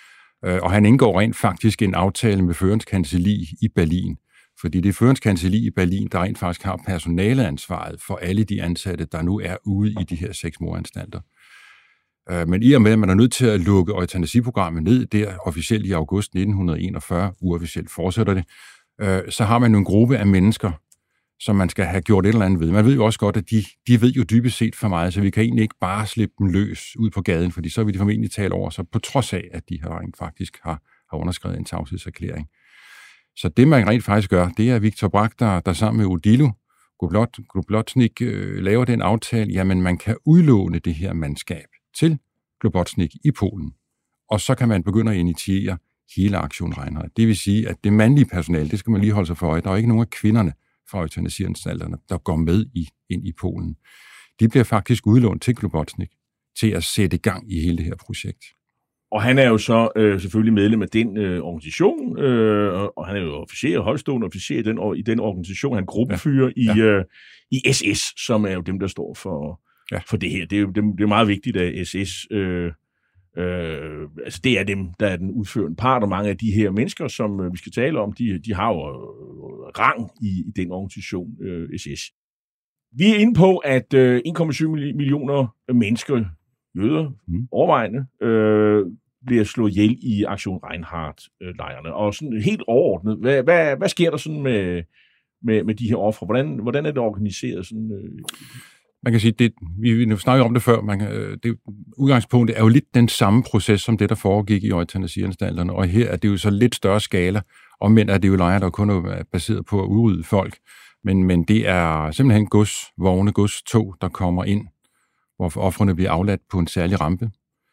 Og han indgår rent faktisk en aftale med Førens Kancelli i Berlin. Fordi det er Førens Kancelli i Berlin, der rent faktisk har personaleansvaret for alle de ansatte, der nu er ude i de her seks mordanstalter. Men i og med, at man er nødt til at lukke eutanasiprogrammet ned der officielt i august nitten enogfyrre, uofficielt fortsætter det, så har man en gruppe af mennesker, som man skal have gjort et eller andet ved. Man ved jo også godt, at de, de ved jo dybest set for meget, så vi kan egentlig ikke bare slippe dem løs ud på gaden, fordi så vil de formentlig tale over sig, på trods af, at de har rent faktisk har, har underskrevet en tavshedserklæring. Så det, man rent faktisk gør, det er Viktor Brack, der, der sammen med Odilo Globotnik øh, laver den aftale, jamen man kan udlåne det her mandskab til Globotnik i Polen, og så kan man begynde at initiere hele Aktion Reinhardt. Det vil sige, at det mandlige personale, det skal man lige holde sig for øje. Der er ikke nogen af kvinderne fra eutanasianstalterne, der går med i, ind i Polen. De bliver faktisk udlånt til Globotnik til at sætte gang i hele det her projekt. Og han er jo så øh, selvfølgelig medlem af den øh, organisation, øh, og han er jo officer, højstående officer i den, i den organisation. Han er gruppefører ja. i, ja. øh, i S S, som er jo dem, der står for, ja. for det her. Det er jo det, det er meget vigtigt, at S S, øh, øh, altså det er dem, der er den udførende part, og mange af de her mennesker, som øh, vi skal tale om, de, de har jo øh, rang i, i den organisation, øh, S S. Vi er inde på, at øh, en komma syv millioner mennesker, jøder, mm. overvejende, øh, bliver slået ihjel i Aktion Reinhardt-lejrene. Og sådan helt overordnet, hvad, hvad, hvad sker der sådan med, med, med de her ofre? Hvordan, hvordan er det organiseret? Sådan, øh? Man kan sige, det, vi, vi snakkede om det før, man kan, det, udgangspunktet er jo lidt den samme proces, som det, der foregik i eutanasianstalterne, og her er det jo så lidt større skala, og men er det jo lejre, der kun er baseret på at udrydde folk, men, men det er simpelthen godsvogne, godstog, der kommer ind, hvor ofrene bliver afladt på en særlig rampe.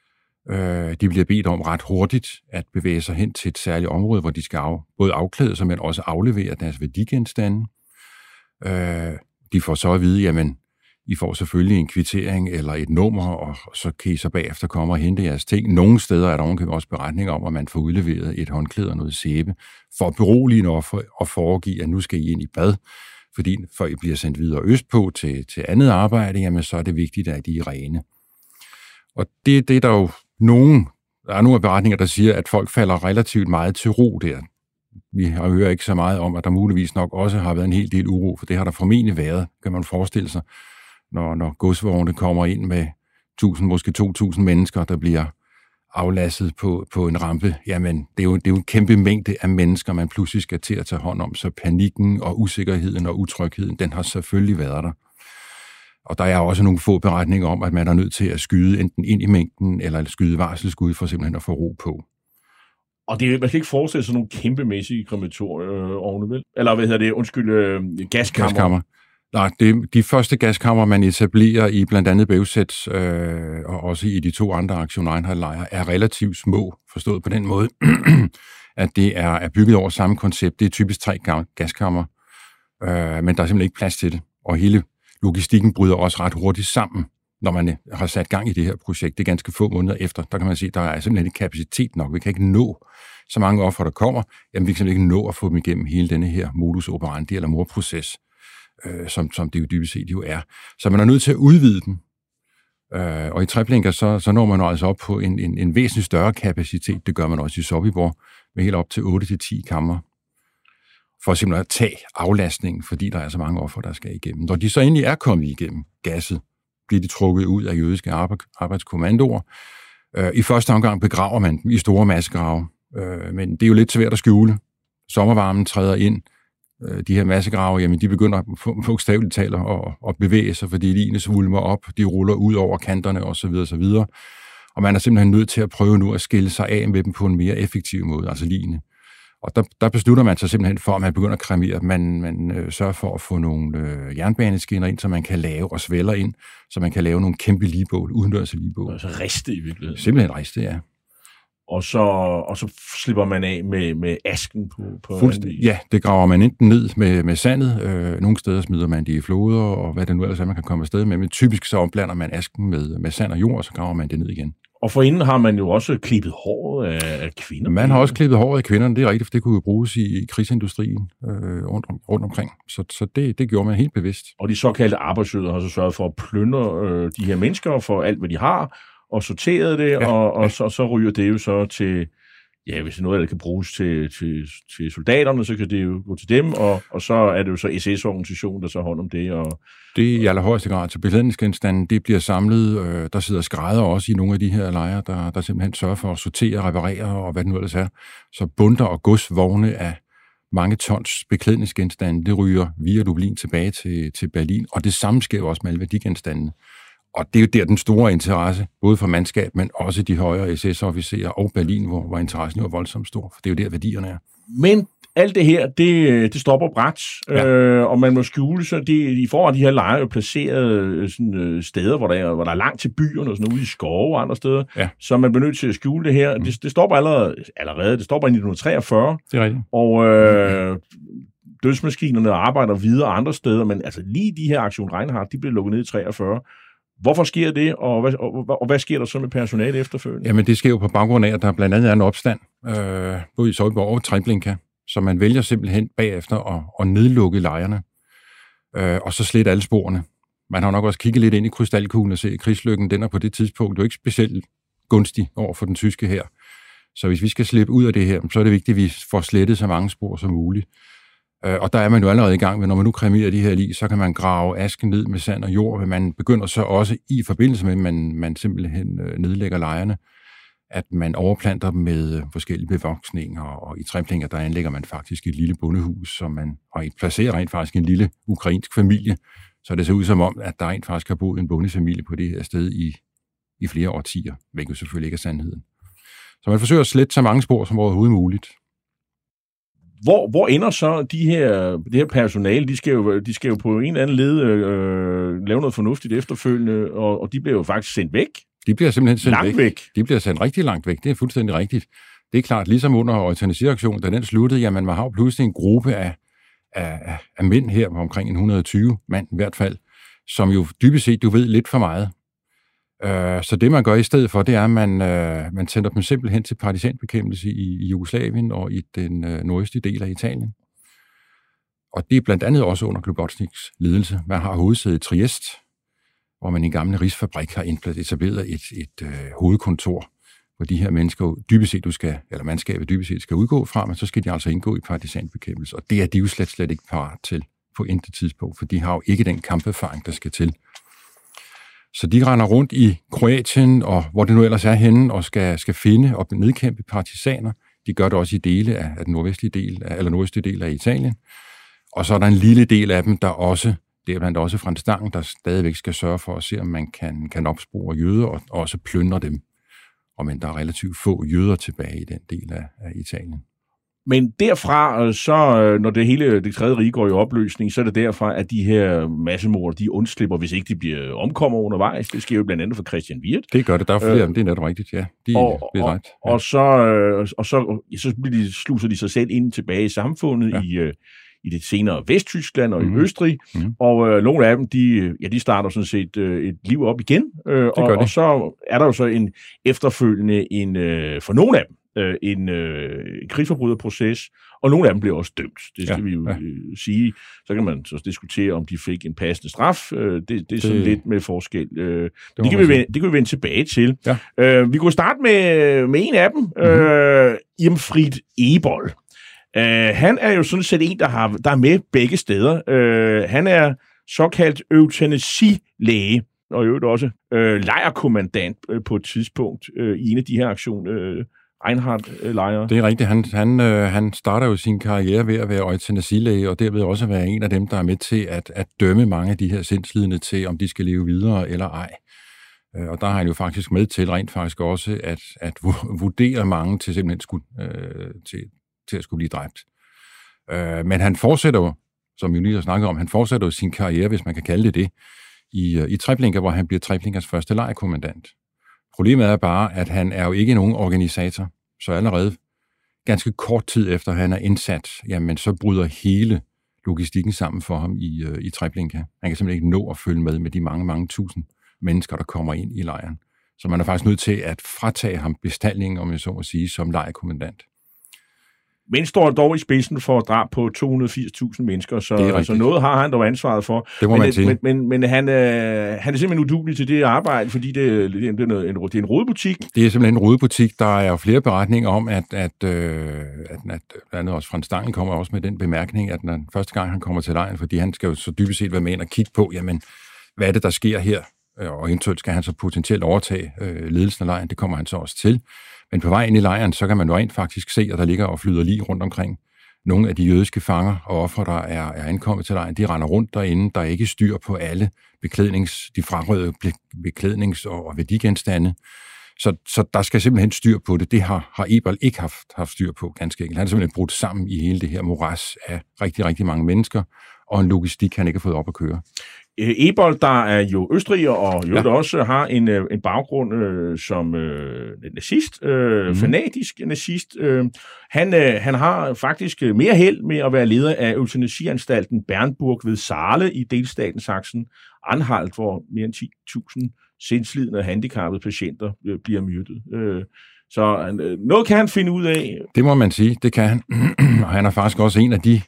De bliver bedt om ret hurtigt at bevæge sig hen til et særligt område, hvor de skal af, både afklæde sig, men også aflevere deres værdigenstande. De får så at vide, jamen, I får selvfølgelig en kvittering eller et nummer, og så kan I så bagefter komme og hente jeres ting. Nogle steder er der også beretninger om, at man får udleveret et håndklæde og noget sæbe, for at berolige en offer og foregive, at nu skal I ind i bad, fordi for I bliver sendt videre østpå til, til andet arbejde, jamen så er det vigtigt, at I er rene. Og det, det er der jo nogen, der er nogle beretninger, der siger, at folk falder relativt meget til ro der. Vi har hørt ikke så meget om, at der muligvis nok også har været en hel del uro, for det har der formentlig været, kan man forestille sig, når, når godsvogne kommer ind med tusind, måske to tusind mennesker, der bliver aflasset på, på en rampe. Jamen, det er, jo, det er jo en kæmpe mængde af mennesker, man pludselig skal til at tage hånd om, så panikken og usikkerheden og utrygheden, den har selvfølgelig været der. Og der er også nogle få beretninger om, at man er nødt til at skyde enten ind i mængden, eller skyde varselsskud for simpelthen at få ro på. Og det, man kan ikke forestille sig nogle kæmpemæssige krematorier, øh, vel? Eller hvad hedder det? Undskyld, øh, gaskammer. gaskammer. Nej, det, de første gaskammer, man etablerer i blandt andet Bevsæt, øh, og også i de to andre Aktion Reinhardt-lejre, er relativt små, forstået på den måde, at det er, er bygget over samme koncept. Det er typisk tre gaskammer, øh, men der er simpelthen ikke plads til det. Og hele logistikken bryder også ret hurtigt sammen, når man har sat gang i det her projekt. Det er ganske få måneder efter. Der kan man sige, at der er simpelthen ikke kapacitet nok. Vi kan ikke nå så mange ofre, der kommer. Jamen, vi kan simpelthen ikke nå at få dem igennem hele denne her modus operandi eller mordproces, øh, som, som det jo dybest set jo er. Så man er nødt til at udvide dem. Øh, og i Treblinka, så, så når man altså op på en, en, en væsentlig større kapacitet. Det gør man også i Sobibor, med helt op til otte til ti kammer, for simpelthen at tage aflastningen, fordi der er så mange ofre, der skal igennem. Når de så endelig er kommet igennem gasset, bliver de trukket ud af jødiske arbejdskommandoer. I første omgang begraver man dem i store massegrave, men det er jo lidt svært at skjule. Sommervarmen træder ind. De her massegrave, jamen, de begynder bogstaveligt talt at, at bevæge sig, fordi ligene svulmer op, de ruller ud over kanterne osv. osv. Og man er simpelthen nødt til at prøve nu at skille sig af med dem på en mere effektiv måde, altså ligene. Og der, der beslutter man sig simpelthen for, at man begynder at kremere. Man, man øh, sørger for at få nogle øh, jernbaneskinner ind, så man kan lave og svælder ind, så man kan lave nogle kæmpe ligebål, udendørs ligebål. Altså riste i virkeligheden. Simpelthen riste, ja. Og så, og så slipper man af med, med asken på, på Fuldstændig. Ja, det graver man enten ned med, med sandet. Øh, nogle steder smider man de i floder, og hvad det nu ellers er, man kan komme afsted med. Men typisk så omblander man asken med, med sand og jord, og så graver man det ned igen. Og forinden har man jo også klippet håret af, af kvinder. Man har også klippet håret af kvinderne, det er rigtigt, for det kunne jo bruges i, i krigsindustrien øh, rundt, om, rundt omkring. Så, så det, det gjorde man helt bevidst. Og de såkaldte arbejdsjøder har så sørget for at plyndre øh, de her mennesker for alt, hvad de har, og sorteret det, ja, og, og ja. så, så ryger det jo så til, ja, hvis noget af det kan bruges til, til, til soldaterne, så kan det jo gå til dem, og, og så er det jo så S S-organisationen, der så hånd om det. Og, det er i allerhøjeste grad til beklædningsgenstande. Det bliver samlet. Øh, der sidder skrædder også i nogle af de her lejre, der, der simpelthen sørger for at sortere, reparere og hvad det nu ellers er. Så bundter og godsvogne af mange tons beklædningsgenstande, det ryger via Dublin tilbage til, til Berlin, og det samme sker også med alle værdigenstandene. Og det er jo der den store interesse, både for mandskab, men også de højere S S-officerer og Berlin, hvor, hvor interessen jo er voldsomt stor, for det er jo der værdierne er. Men alt det her, det, det stopper brat, ja. øh, og man må skjule sig. Det, I forhold de her lejre er placeret sådan, steder, hvor der, er, hvor der er langt til byerne, og sådan ude i skove og andre steder, ja. Så man bliver nødt til at skjule det her. Mm. Det, det stopper allerede, allerede, det stopper i nitten treogfyrre, det er rigtigt. Og øh, dødsmaskinerne arbejder videre andre steder, men altså lige de her Aktion Reinhardt, de blev lukket ned i treogfyrre. Hvorfor sker det, og hvad, og, og hvad sker der så med personale efterfølgende? Jamen, det sker jo på baggrund af, at der blandt andet er en opstand, øh, både i Sovjeborg og Treblinka, så man vælger simpelthen bagefter at, at nedlukke lejrene, øh, og så slette alle sporene. Man har nok også kigget lidt ind i krystalkuglen og se, at krigslykken, den er på det tidspunkt jo ikke specielt gunstig over for den tyske her. Så hvis vi skal slippe ud af det her, så er det vigtigt, at vi får slettet så mange spor som muligt. Og der er man jo allerede i gang med, når man nu kremerer de her lig, så kan man grave asken ned med sand og jord, men man begynder så også i forbindelse med, at man, man simpelthen nedlægger lejrene, at man overplanter dem med forskellige bevoksninger, og i Treblinka, der anlægger man faktisk et lille bondehus, som man og placerer rent faktisk en lille ukrainsk familie, så det ser ud som om, at der rent faktisk har boet en bondefamilie på det her sted i, i flere årtier, hvilket selvfølgelig ikke er sandheden. Så man forsøger at slette så mange spor som overhovedet muligt. Hvor, hvor ender så de her, det her personale? De skal jo, de skal jo på en eller anden led øh, lave noget fornuftigt efterfølgende, og, og de bliver jo faktisk sendt væk. De bliver simpelthen sendt langt væk. væk. De bliver sendt rigtig langt væk. Det er fuldstændig rigtigt. Det er klart, ligesom under Euthanasie-aktionen, da den sluttede, jamen man har jo pludselig en gruppe af, af, af, af mænd her, omkring et hundrede og tyve mand i hvert fald, som jo dybest set, du ved, lidt for meget. Uh, så det, man gør i stedet for, det er, at man, uh, man sender dem simpelthen til partisanbekæmpelse i, i Jugoslavien og i den uh, nordøstlige del af Italien. Og det er blandt andet også under Globotniks ledelse. Man har hovedsædet i Triest, hvor man i en gamle risfabrik har etableret et, et uh, hovedkontor, hvor de her mennesker dybest set, du skal, eller mandskabet dybest set skal udgå fra, men så skal de altså indgå i partisanbekæmpelse. Og det er de jo slet, slet ikke parat til på intet tidspunkt, for de har jo ikke den kamperfaring, der skal til. Så de render rundt i Kroatien, og hvor det nu ellers er henne, og skal, skal finde og nedkæmpe partisaner. De gør det også i dele af, af den nordvestlige del, eller nordøstlige del af Italien. Og så er der en lille del af dem, der også, det er blandt også Frans Stangen, der stadigvæk skal sørge for at se, om man kan, kan opspore jøder, og også plyndre dem. Og men der er relativt få jøder tilbage i den del af, af Italien. Men derfra, så når det hele det tredje rige går i opløsning, så er det derfra, at de her massemord, de undslipper, hvis ikke de bliver omkommer undervejs. Det sker jo blandt andet for Christian Wirth. Det gør det, der er flere, øh, det er netop rigtigt, ja. De og, er ret. Ja. Og så, og så, så bliver de, sluser de sig selv ind tilbage i samfundet, ja. i, i det senere Vesttyskland og mm-hmm. i Østrig, mm-hmm. og øh, nogle af dem, de, ja, de starter sådan set øh, et liv op igen, øh, og, og så er der jo så en efterfølgende, en, øh, for nogle af dem, en, øh, en krigsforbryderproces, og nogle af dem bliver også dømt. Det skal ja, vi jo ja. øh, sige. Så kan man så diskutere, om de fik en passende straf. Øh, det, det er sådan det, lidt med forskel. Øh, det, det, kan vi vende, det kan vi vende tilbage til. Ja. Øh, vi kunne starte med, med en af dem, mm-hmm. øh, Irmfried Eboll. Øh, han er jo sådan set en, der, har, der er med begge steder. Øh, han er såkaldt eutanasilæge, og i øvrigt også øh, lejrkommandant øh, på et tidspunkt øh, i en af de her aktioner, øh, Reinhardt-lejre. Det er rigtigt. Han, han, øh, han starter jo sin karriere ved at være eutanasilæge, og derved også være en af dem, der er med til at, at dømme mange af de her sindslidende til, om de skal leve videre eller ej. Og der har han jo faktisk med til rent faktisk også at, at vurdere mange til simpelthen skulle, øh, til, til at skulle blive dræbt. Øh, men han fortsætter jo, som vi lige har snakket om, han fortsætter jo sin karriere, hvis man kan kalde det det, i, i Treblinka, hvor han bliver Treblinkas første lejrkommandant. Problemet er bare, at han er jo ikke nogen organisator, så allerede ganske kort tid efter, han er indsat, jamen så bryder hele logistikken sammen for ham i, uh, i Treblinka. Han kan simpelthen ikke nå at følge med med de mange, mange tusind mennesker, der kommer ind i lejren. Så man er faktisk nødt til at fratage ham bestallingen, om jeg så må sige, som lejrkommandant. Men står dog i spidsen for drab på to hundrede og firs tusind mennesker, så, så noget har han dog ansvaret for. Det må men, man sige. Men, men, men han, øh, han er simpelthen uduelig til det arbejde, fordi det, det, det, er, noget, en, det er en rodebutik. Det er simpelthen en rodebutik. Der er jo flere beretninger om, at, at, øh, at, at blandt andet også Frans Stangl kommer også med den bemærkning, at når første gang han kommer til lejren, fordi han skal jo så dybest set være med ind og kigge på, jamen, hvad er det, der sker her? Og eventuelt skal han så potentielt overtage øh, ledelsen af lejren. Det kommer han så også til. Men på vej ind i lejren, så kan man jo rent faktisk se, at der ligger og flyder lige rundt omkring nogle af de jødiske fanger og ofre, der er, er ankommet til lejren. De render rundt derinde. Der er ikke styr på alle beklædnings, de frarøvede beklædnings- og, og værdigenstande. Så, så der skal simpelthen styr på det. Det har, har Eberl ikke haft, haft styr på, ganske enkelt. Han er simpelthen brudt sammen i hele det her moras af rigtig, rigtig mange mennesker, og en logistik, han ikke har fået op at køre. Eberl, der er jo østriger, og jo ja. også har en, en baggrund øh, som øh, nazist, øh, mm. fanatisk nazist. Øh, han, øh, han har faktisk mere held med at være leder af eutanasianstalten Bernburg ved Saale i delstaten Sachsen-Anhalt, hvor mere end ti tusind sindslidende og handicappede patienter øh, bliver myrdet. Øh, så øh, noget kan han finde ud af. Det må man sige, det kan han. Og han er faktisk også en af de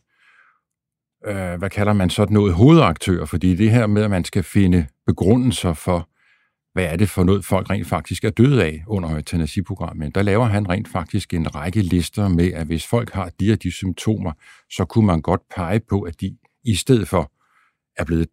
Øh, hvad kalder man sådan noget, hovedaktør, fordi det her med, at man skal finde begrundelser for, hvad er det for noget, folk rent faktisk er døde af under eutanasiprogrammet. Der laver han rent faktisk en række lister med, at hvis folk har de og de symptomer, så kunne man godt pege på, at de i stedet for er blevet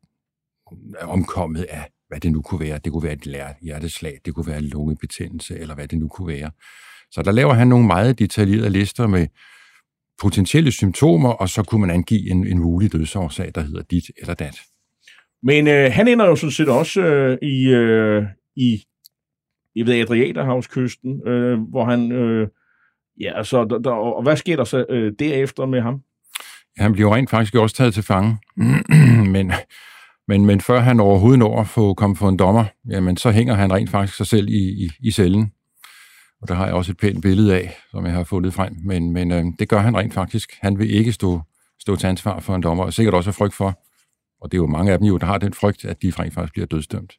omkommet af, hvad det nu kunne være. Det kunne være et hjerteslag, det kunne være lungebetændelse, eller hvad det nu kunne være. Så der laver han nogle meget detaljerede lister med potentielle symptomer, og så kunne man angive en, en mulig dødsårsag, der hedder dit eller dat. Men øh, han ender jo sådan set også øh, i, øh, i jeg ved, Adriaterhavskysten, øh, hvor han, øh, ja, altså, der, der, og hvad sker der så øh, derefter med ham? Ja, han bliver rent faktisk også taget til fange, men, men, men før han overhovedet når at få komme for en dommer, jamen, så hænger han rent faktisk sig selv i, i, i cellen. Og der har jeg også et pænt billede af, som jeg har fundet frem. Men, men øh, det gør han rent faktisk. Han vil ikke stå, stå til ansvar for en dommer, og sikkert også have frygt for. Og det er jo mange af dem jo, der har den frygt, at de rent faktisk bliver dødsdømt.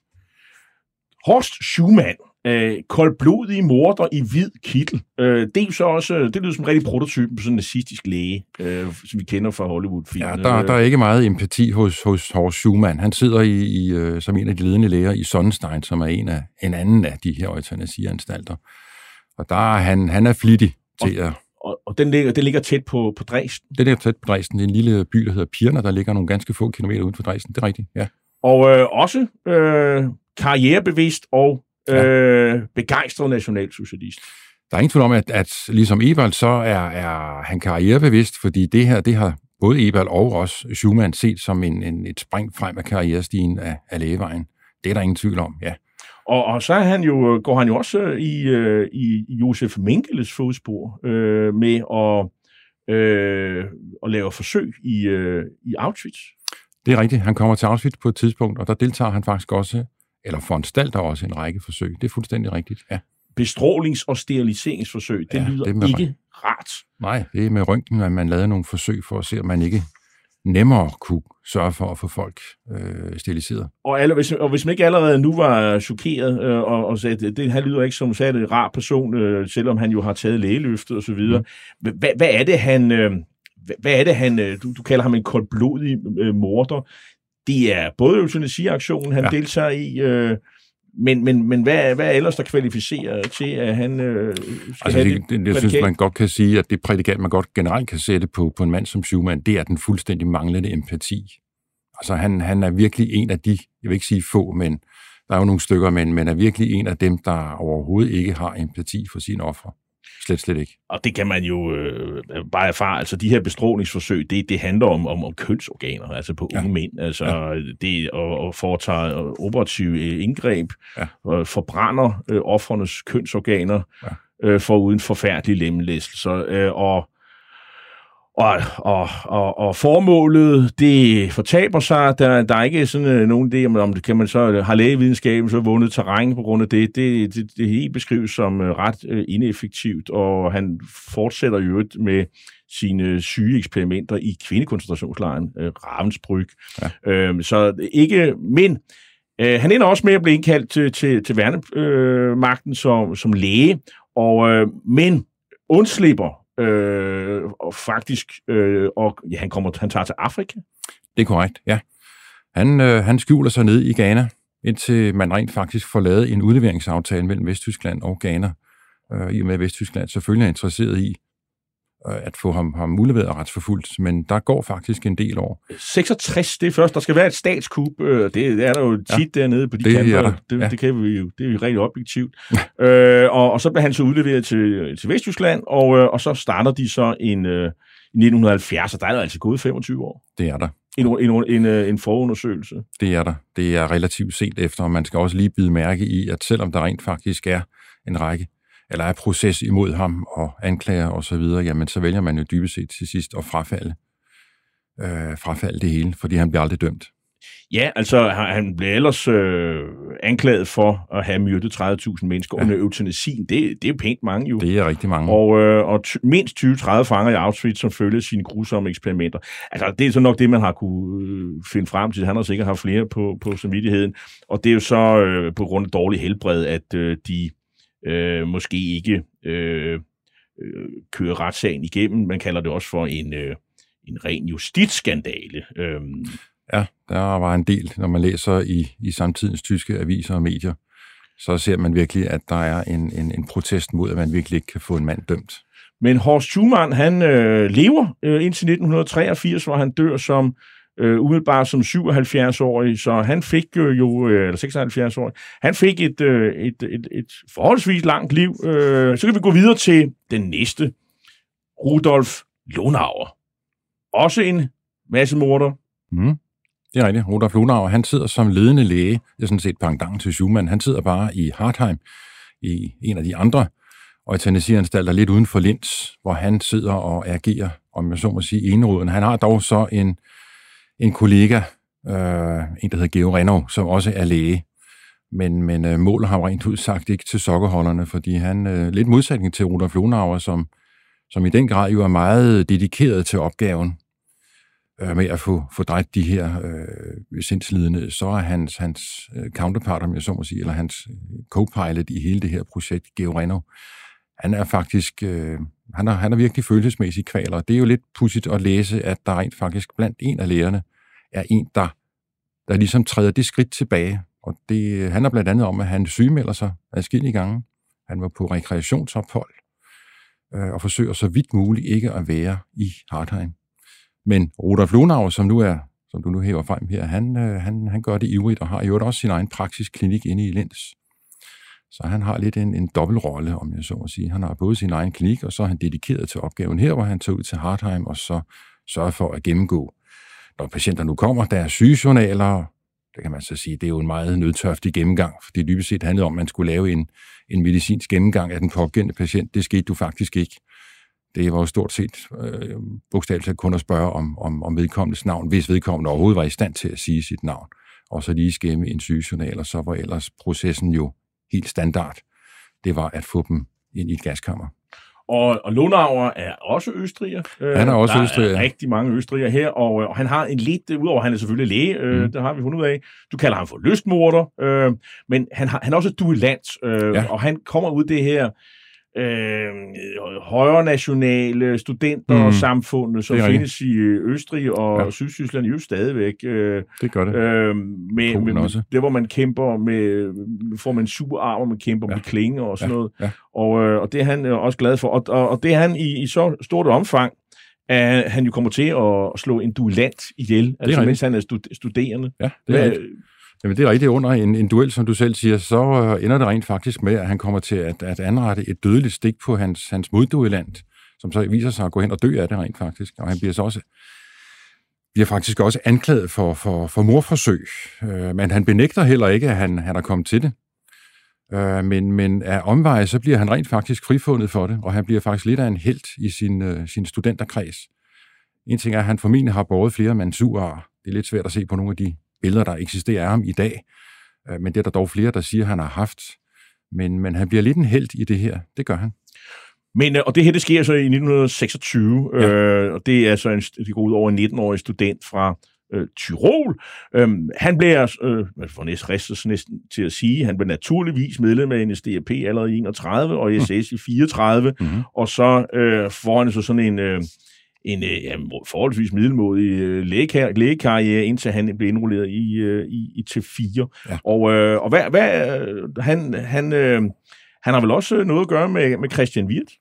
Horst Schumann, øh, koldblodig morder i hvid kittel. Øh, det er så også, det lyder som rigtig prototypen på sådan en nazistisk læge, øh, som vi kender fra Hollywood-filmen. Ja, der, der er ikke meget empati hos, hos Horst Schumann. Han sidder i, i, øh, som en af de ledende læger i Sonnenstein, som er en, af, en anden af de her eutanasianstalter. Og der er han, han er flittig til at... Og, og den, ligger, den ligger tæt på, på Dresden? Det ligger tæt på Dresden. Det er en lille by, der hedder Pirna, der ligger nogle ganske få kilometer uden for Dresden. Det er rigtigt, ja. Og øh, også øh, karrierebevidst og øh, ja. begejstret nationalsocialist. Der er ingen tvivl om, at, at ligesom Eberl, så er, er han karrierebevidst, fordi det her, det har både Eberl og også Schumann set som en, en, et spring frem af karrierestigen af, af lægevejen. Det er der ingen tvivl om, ja. Og, og så er han jo, går han jo også i, øh, i Josef Mengeles fodspor øh, med at, øh, at lave forsøg i, øh, i Auschwitz. Det er rigtigt. Han kommer til Auschwitz på et tidspunkt, og der deltager han faktisk også, eller foranstalter også en række forsøg. Det er fuldstændig rigtigt, ja. Bestrolings- og steriliseringsforsøg, det ja, lyder det ikke rart. Nej, det er med røntgen, at man lavede nogle forsøg for at se, om man ikke nemmere kunne sørge for at få folk øh, steriliseret. Og, alle, hvis, og hvis man ikke allerede nu var chokeret øh, og, og sagde, at det her lyder ikke som sagde, en rar person, øh, selvom han jo har taget lægeløftet og så videre. Mm. Hvad, hvad er det, han... Øh, hvad er det, han... Øh, du, du kalder ham en koldblodig øh, morder. Det er både eutanasiaktionen, han ja. deltager i... Øh, Men, men, men hvad, hvad er ellers, der kvalificerer til, at han øh, skal altså, have det? det jeg synes, man godt kan sige, at det prædikat, man godt generelt kan sætte på, på en mand som Schumann, det er den fuldstændig manglende empati. Altså, han, han er virkelig en af de, jeg vil ikke sige få, men der er jo nogle stykker, men, men er virkelig en af dem, der overhovedet ikke har empati for sine ofre. Slet, slet ikke. Og det kan man jo øh, bare erfare. Altså, de her bestrålingsforsøg, det, det handler om, om, om kønsorganer, altså på unge ja. mænd. Altså, ja. det og, og foretager operative indgreb, ja. og forbrænder øh, ofrenes kønsorganer, ja. øh, for uden forfærdelig lemlæstelse. Øh, og Og, og, og, og formålet, det fortaber sig. Der, der er ikke sådan nogen idé, om det kan man så har lægevidenskaben så vundet terræn på grund af det. Det, det, det helt beskrives som ret ineffektivt, og han fortsætter jo med sine syge eksperimenter i kvindekoncentrationslejren Ravensbrück. Ja. Øhm, så ikke, men øh, han ender også med at blive indkaldt til, til, til værnemagten som, som læge, og, øh, men undslipper øh, og faktisk, øh, og ja, han, kommer, han tager til Afrika. Det er korrekt, ja. Han, øh, han skjuler sig ned i Ghana, indtil man rent faktisk får lavet en udleveringsaftale mellem Vesttyskland og Ghana, øh, i og med at Vesttyskland selvfølgelig er interesseret i øh, at få ham, ham udleveret og retsforfulgt, men der går faktisk en del år. seksogtres, det er først, der skal være et statskup, øh, det, det er der jo tit ja, dernede på de det kanter, det, ja. det kan vi jo, det er jo rigtig objektivt. øh, og, og så bliver han så udleveret til, til Vesttyskland, og, øh, og så starter de så en, øh, i nitten halvfjerds, og der er der altså gået femogtyve år. Det er der. En, en, en, en forundersøgelse. Det er der. Det er relativt sent efter, og man skal også lige bide mærke i, at selvom der rent faktisk er en række, eller er proces imod ham og anklager og så videre, jamen så vælger man jo dybest set til sidst at frafalde, øh, frafalde det hele, fordi han bliver aldrig dømt. Ja, altså han blev ellers øh, anklaget for at have myrdet tredive tusind mennesker ja. under eutanasien. Det, det er pænt mange jo. Det er rigtig mange. Og, øh, og ty- mindst tyve til tredive fanger i Auschwitz, som følger sine grusomme eksperimenter. Altså det er så nok det, man har kunne øh, finde frem til. Han har sikkert haft flere på, på samvittigheden. Og det er jo så øh, på grund af dårlig helbred, at øh, de øh, måske ikke øh, øh, kører retssagen igennem. Man kalder det også for en, øh, en ren justitsskandale. Øh, Ja, der var en del, når man læser i, i samtidens tyske aviser og medier, så ser man virkelig, at der er en, en, en protest mod, at man virkelig ikke kan få en mand dømt. Men Horst Schumann, han øh, lever øh, indtil nitten treogfirs, hvor han dør som øh, umiddelbart som syvoghalvfjerds-årig, så han fik øh, jo, øh, eller seksoghalvfjerds-årig, han fik et, øh, et, et, et forholdsvis langt liv. Øh, så kan vi gå videre til den næste, Rudolf Lonauer. Også en massemorder. Mm. Det er rigtigt. Rudolf Lonauer, han sidder som ledende læge, det er sådan set pendant til Schumann, han sidder bare i Hartheim, i en af de andre eutanasieanstalter lidt uden for Linz, hvor han sidder og agerer, om jeg så må sige, eneråden. Han har dog så en, en kollega, øh, en der hedder Georg Renov, som også er læge, men, men øh, måler ham rent ud sagt ikke til sokkerholderne, fordi han, øh, lidt modsætning til Rudolf Lonauer, som, som i den grad jo er meget dedikeret til opgaven, med at få, få dræbt de her øh, sindslidende, så er hans, hans counterpart, om jeg så må sige, eller hans co-pilot i hele det her projekt, Georg Renov, han er faktisk, øh, han er, han er virkelig følelsesmæssig kvaler. Det er jo lidt pudsigt at læse, at der rent faktisk blandt en af lægerne er en, der, der ligesom træder det skridt tilbage. Og det handler blandt andet om, at han sygemelder sig adskillige gange. Han var på rekreationsophold øh, og forsøger så vidt muligt ikke at være i Hartheim. Men Rudolf Lonauer, som nu er, som du nu hæver frem her, han, øh, han, han gør det ivrigt og har jo også sin egen praksisklinik inde i Linz. Så han har lidt en, en dobbeltrolle, om jeg så må sige. Han har både sin egen klinik, og så er han dedikeret til opgaven her, hvor han tager ud til Hartheim og så sørger for at gennemgå. Når patienter nu kommer, der er sygejournaler, det kan man så sige, det er jo en meget nødtørftig gennemgang, for det dybest set handlede om, at man skulle lave en, en medicinsk gennemgang af den pågældende patient. Det skete du faktisk ikke. Det var jo stort set øh, bogstaveligt kun at spørge om, om, om vedkommendes navn, hvis vedkommende overhovedet var i stand til at sige sit navn, og så lige skæmme en sygejournal, og så var ellers processen jo helt standard. Det var at få dem ind i et gaskammer. Og, og Lonauer er også østriger. Han er også der østriger. Der er rigtig mange østrigere her, og, og han har en lidt, udover han er selvfølgelig læge, øh, mm. det har vi fundet ud af. Du kalder ham for lystmorder, øh, men han, har, han er også duellant, øh, ja. Og han kommer ud det her øh, højre nationale studentersamfundet, mm. som findes i Østrig og ja. Sydtyskland jo stadigvæk. Øh, det gør det. Øh, med, med, med, det, hvor man kæmper med, får man superarm, og man kæmper ja. med klinger og sådan ja. noget. Ja. Og, øh, og det er han også glad for. Og, og, og det er han i, i så stort omfang, at han jo kommer til at slå en duellant ihjel, altså mens han er stud- studerende. Ja, det er Hvad, Jamen det er rigtigt. Under en, en duel, som du selv siger, så øh, ender det rent faktisk med, at han kommer til at, at anrette et dødeligt stik på hans, hans modduellant, som så viser sig at gå hen og dø af det rent faktisk. Og han bliver så også, bliver faktisk også anklaget for, for, for mordforsøg. Øh, men han benægter heller ikke, at han, han er kommet til det. Øh, men, men af omveje, så bliver han rent faktisk frifundet for det, og han bliver faktisk lidt af en helt i sin, øh, sin studenterkreds. En ting er, at han formentlig har båret flere mansurer. Det er lidt svært at se på nogle af de billeder, der eksisterer af ham i dag, men det er der dog flere, der siger, at han har haft. Men, men han bliver lidt en helt i det her. Det gør han. Men, og det her, det sker så i nitten seksogtyve, ja. øh, og det er så en, det går ud over en nitten-årig student fra øh, Tyrol. Øhm, han blev, øh, man får næsten ristet næsten til at sige, han blev naturligvis medlem af N S D A P allerede i enogtredive og S S i fireogtredive, mm-hmm. og så øh, får han så sådan en... Øh, en ja, forholdsvis middelmådig øh, lægekar- lægekarriere, indtil han blev indrulleret i, øh, i, i T fire. Ja. Og, øh, og hvad, hvad, øh, han, han, øh, han har vel også noget at gøre med, med Christian Wirth?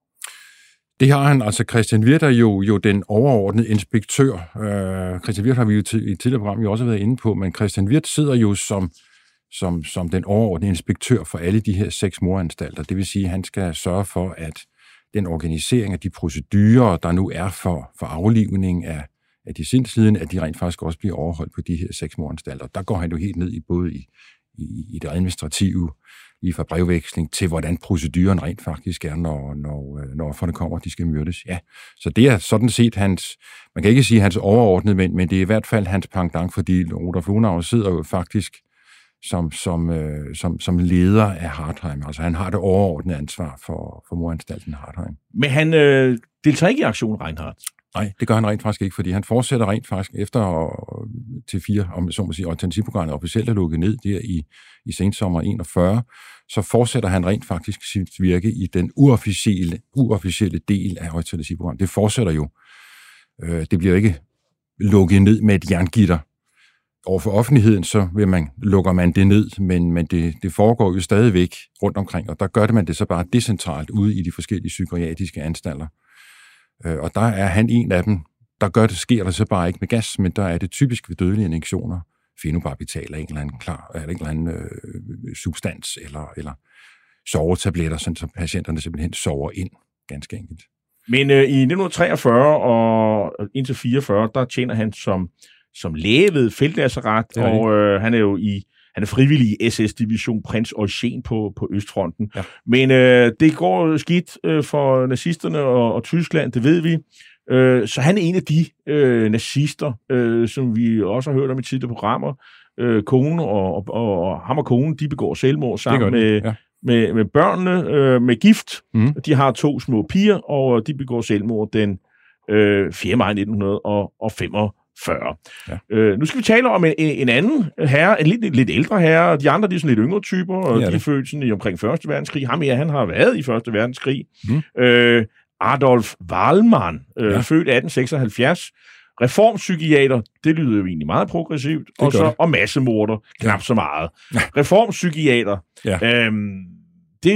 Det har han. Altså, Christian Wirth er jo, jo den overordnede inspektør. Øh, Christian Wirth har vi jo til, i et tidligere program jo også været inde på, men Christian Wirth sidder jo som, som, som den overordnede inspektør for alle de her seks mordanstalter. Det vil sige, at han skal sørge for, at den organisering af de procedurer, der nu er for, for aflivning af, af de sindslidende, at de rent faktisk også bliver overholdt på de her seks mordanstalter. Der går han jo helt ned i både i, i, i det administrative, lige fra brevveksling til, hvordan proceduren rent faktisk er, når, når, når offerne kommer, de skal myrdes. Ja, så det er sådan set hans, man kan ikke sige hans overordnede, men, men det er i hvert fald hans pendant, fordi Rudolf Lonauer sidder jo faktisk som, som, øh, som, som leder af Hartheim. Altså han har det overordnede ansvar for, for mordanstalten Hartheim. Men han øh, deltager ikke i aktion Reinhardt? Nej, det gør han rent faktisk ikke, fordi han fortsætter rent faktisk efter T fire, om så må sige, Euthanasie-programmet officielt er lukket ned der i, i sensommer enogfyrre, så fortsætter han rent faktisk sit virke i den uofficielle, uofficielle del af Euthanasie-programmet. Det fortsætter jo. Øh, det bliver ikke lukket ned med et jerngitter. Overfor offentligheden, så vil man, lukker man det ned, men, men det, det foregår jo stadigvæk rundt omkring, og der gør det man det så bare decentralt ude i de forskellige psykiatriske anstalter. Øh, og der er han en af dem, der gør det, sker der så bare ikke med gas, men der er det typisk ved dødelige injektioner, phenobarbital eller en eller anden, klar, eller en eller anden øh, substans, eller, eller sovetabletter, sådan så patienterne simpelthen sover ind, ganske enkelt. Men øh, i nitten treogfyrre og indtil fireogfyrre, der tjener han som som læge ved feltlazaret, og øh, han er jo i han er frivillig i S S-division Prins Eugen på, på Østfronten. Ja. Men øh, det går skidt øh, for nazisterne og, og Tyskland, det ved vi. Øh, så han er en af de øh, nazister, øh, som vi også har hørt om i tidligere programmer. Øh, kone og, og, og ham og konen, de begår selvmord sammen med, ja. med, med børnene, øh, med gift. Mm. De har to små piger, og de begår selvmord den øh, fjerde maj nitten femogfyrre. Ja. Øh, nu skal vi tale om en, en anden herre, en lidt, lidt ældre herre, og de andre de er sådan lidt yngre typer, og ja, de er født sådan i omkring første verdenskrig. Ham ja, han har været i første verdenskrig. Mm. Øh, Adolf Wallmann, øh, ja. født atten seksoghalvfjerds, reformpsykiater, det lyder jo egentlig meget progressivt, og, så, og massemorder, knap så meget. Ja. Reformpsykiater, ja. øhm, det,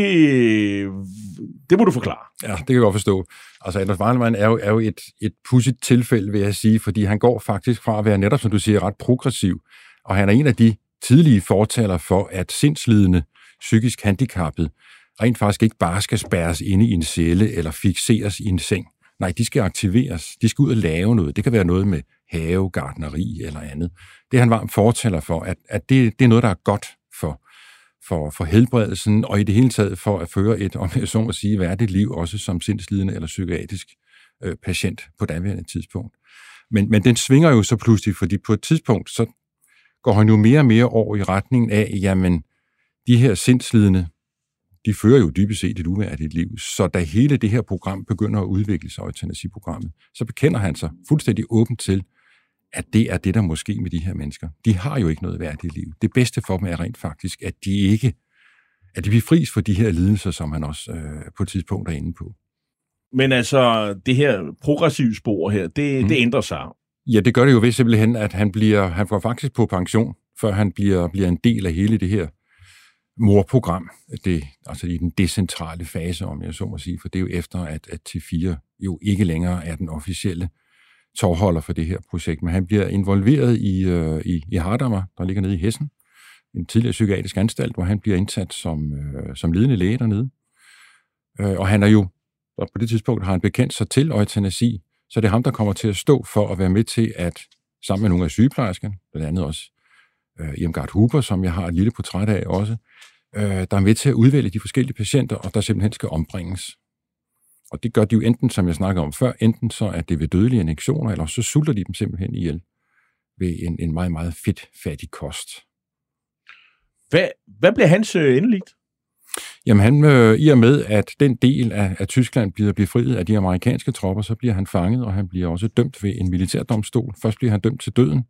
det må du forklare. Ja, det kan jeg godt forstå. Altså, Adolf Wallmann er jo, er jo et, et pudsigt tilfælde, vil jeg sige, fordi han går faktisk fra at være netop, som du siger, ret progressiv, og han er en af de tidlige fortalere for, at sindslidende, psykisk handicappede, rent faktisk ikke bare skal spærres inde i en celle eller fikseres i en seng. Nej, de skal aktiveres. De skal ud og lave noget. Det kan være noget med have, gartneri eller andet. Det er han varmt fortaler for, at, at det, det er noget, der er godt for, for, for helbredelsen, og i det hele taget for at føre et, om jeg så må sige, værdigt liv, også som sindslidende eller psykiatrisk øh, patient på daværende tidspunkt. Men, men den svinger jo så pludselig, fordi på et tidspunkt, så går han jo mere og mere over i retningen af, jamen, de her sindslidende, de fører jo dybest set et uværdigt liv. Så da hele det her program begynder at udvikle sig, eutanasiprogrammet, så bekender han sig fuldstændig åbent til, at det er det, der måske med de her mennesker. De har jo ikke noget værdigt liv. Det bedste for dem er rent faktisk, at de ikke at de befries for de her lidelser, som han også øh, på et tidspunkt er inde på. Men altså, det her progressive spor her, det, mm. det ændrer sig. Ja, det gør det jo ved simpelthen, at han bliver, han får faktisk på pension, før han bliver, bliver en del af hele det her morprogram, det, altså i den decentrale fase, om jeg så må sige, for det er jo efter, at, at T fire jo ikke længere er den officielle tovholder for det her projekt, men han bliver involveret i, øh, i, i Hardanger, der ligger nede i Hessen, en tidligere psykiatrisk anstalt, hvor han bliver indsat som, øh, som ledende læge dernede. Øh, og han er jo, og på det tidspunkt har han bekendt sig til eutanasi, så det er ham, der kommer til at stå for at være med til at, sammen med nogle af sygeplejerskerne, blandt andet også øh, Irmgard Huber, som jeg har et lille portræt af også, øh, der er med til at udvælge de forskellige patienter, og der simpelthen skal ombringes. Og det gør de jo enten, som jeg snakkede om før, enten så er det ved dødelige injektioner, eller så sulter de dem simpelthen ihjel ved en, en meget, meget fedtfattig kost. Hvad, hvad bliver hans øh, endeligt? Jamen, han, øh, i og med, at den del af, af Tyskland bliver befriet af de amerikanske tropper, så bliver han fanget, og han bliver også dømt ved en militærdomstol. Først bliver han dømt til døden.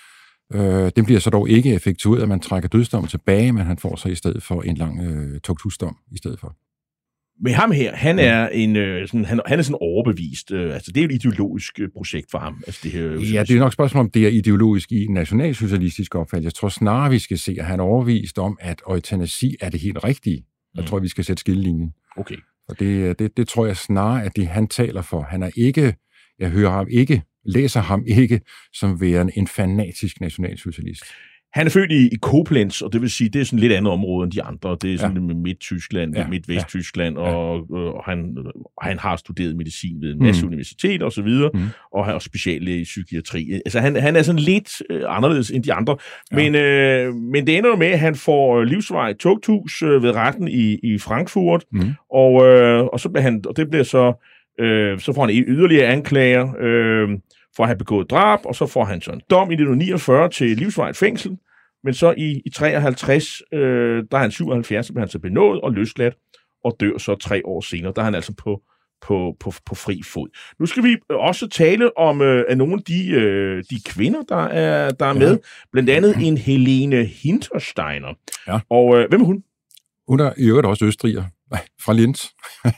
Øh, den bliver så dog ikke effektueret, at man trækker dødsdommen tilbage, men han får så i stedet for en lang øh, tugthusdom i stedet for. Men ham her, han er en øh, sådan, han, han er sådan overbevist. Øh, altså, det er jo et ideologisk øh, projekt for ham. Altså, det her, ja, det er nok spørgsmål om, det er ideologisk i en nationalsocialistisk opfattelse. Jeg tror snarere, vi skal se, at han er overbevist om, at eutanasi er det helt rigtige. Jeg mm. tror, vi skal sætte skillelinjen. Okay. Og det, det, det tror jeg snarere, at det han taler for. Han er ikke, jeg hører ham ikke, læser ham ikke som værende en fanatisk nationalsocialist. Han er født i, i Koblenz, og det vil sige, det er sådan lidt andet område end de andre. Det er sådan ja. med Midt-Tyskland, ja. Midt-Vest-Tyskland, ja. og, og, han, og han har studeret medicin ved en masse mm. universiteter og så videre, mm. og han er speciallæge i psykiatri. Altså, han, han er sådan lidt øh, anderledes end de andre. Ja. Men, øh, men det ender jo med, at han får livsvej tugthus øh, ved retten i, i Frankfurt, mm. og, øh, og, så bliver han, og det bliver så, øh, så får han yderligere anklager, øh, for at have begået drab, og så får han så en dom i nitten niogfyrre til livsvarigt fængsel, men så i, i treoghalvtreds, øh, der er han syvoghalvfjerds, så bliver han så benådet og løsladt, og dør så tre år senere. Der er han altså på, på, på, på fri fod. Nu skal vi også tale om øh, af nogle af de, øh, de kvinder, der er, der er ja. med, blandt andet en Helene Hintersteiner. Ja. Og øh, hvem er hun? Hun er i øvrigt også østriger, fra Linz.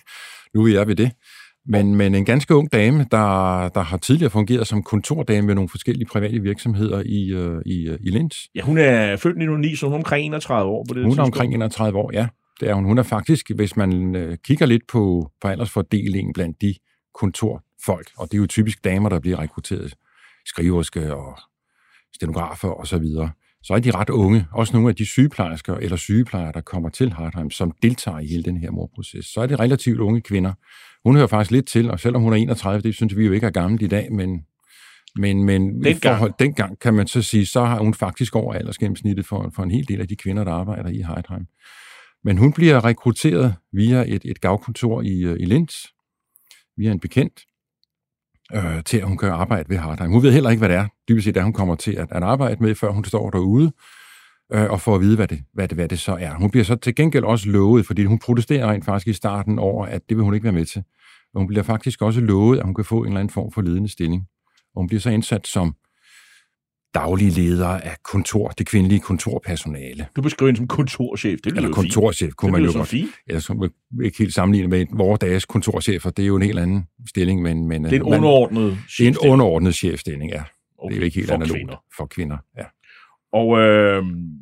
Nu er jeg ved det. Men, men en ganske ung dame, der, der har tidligere fungeret som kontordame ved nogle forskellige private virksomheder i, uh, i, uh, i Linz. Ja, hun er født i nitten hundrede og ni, så hun er omkring enogtredive år. På det hun er omkring enogtredive år, ja. Det er hun. Hun er faktisk, hvis man uh, kigger lidt på, på aldersfordelingen blandt de kontorfolk, og det er jo typisk damer, der bliver rekrutteret, skriverske og stenografer og så videre, så er de ret unge. Også nogle af de sygeplejersker eller sygeplejere, der kommer til Hartheim, som deltager i hele den her mordproces. Så er det relativt unge kvinder. Hun hører faktisk lidt til, og selvom hun er enogtredive, det synes vi jo ikke er gammelt i dag, men, men, men dengang. Forhold, dengang kan man så sige, så har hun faktisk over aldersgennemsnittet for, for en hel del af de kvinder, der arbejder i Hartheim. Men hun bliver rekrutteret via et, et gavkontor i, i Linz, via en bekendt, øh, til at hun kan arbejde ved Hartheim. Hun ved heller ikke, hvad det er, dybest set, at hun kommer til at, at arbejde med, før hun står derude, øh, og får at vide, hvad det, hvad, det, hvad det så er. Hun bliver så til gengæld også lovet, fordi hun protesterer rent faktisk i starten over, at det vil hun ikke være med til. Og hun bliver faktisk også lovet, at hun kan få en eller anden form for ledende stilling. Og hun bliver så indsat som daglig leder af kontor, det kvindelige kontorpersonale. Du beskriver hende som kontorchef, det Eller kontorchef, kunne man jo godt. Ja, så ikke helt sammenligne med vores dages kontorchefer, det er jo en helt anden stilling, men... men det er en underordnet chefstilling. Det er en underordnet chefstilling, ja. Okay, det er jo ikke helt for analogt kvinder. For kvinder, ja. Og øh,